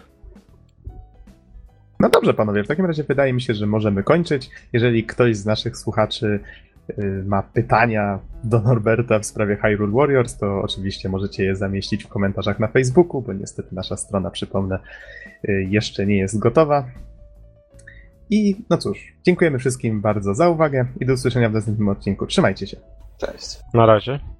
No dobrze, panowie, w takim razie wydaje mi się, że możemy kończyć. Jeżeli ktoś z naszych słuchaczy y, ma pytania do Norberta w sprawie Hyrule Warriors, to oczywiście możecie je zamieścić w komentarzach na Facebooku, bo niestety nasza strona, przypomnę, y, jeszcze nie jest gotowa. I no cóż, dziękujemy wszystkim bardzo za uwagę i do usłyszenia w następnym odcinku. Trzymajcie się. Cześć. Na razie.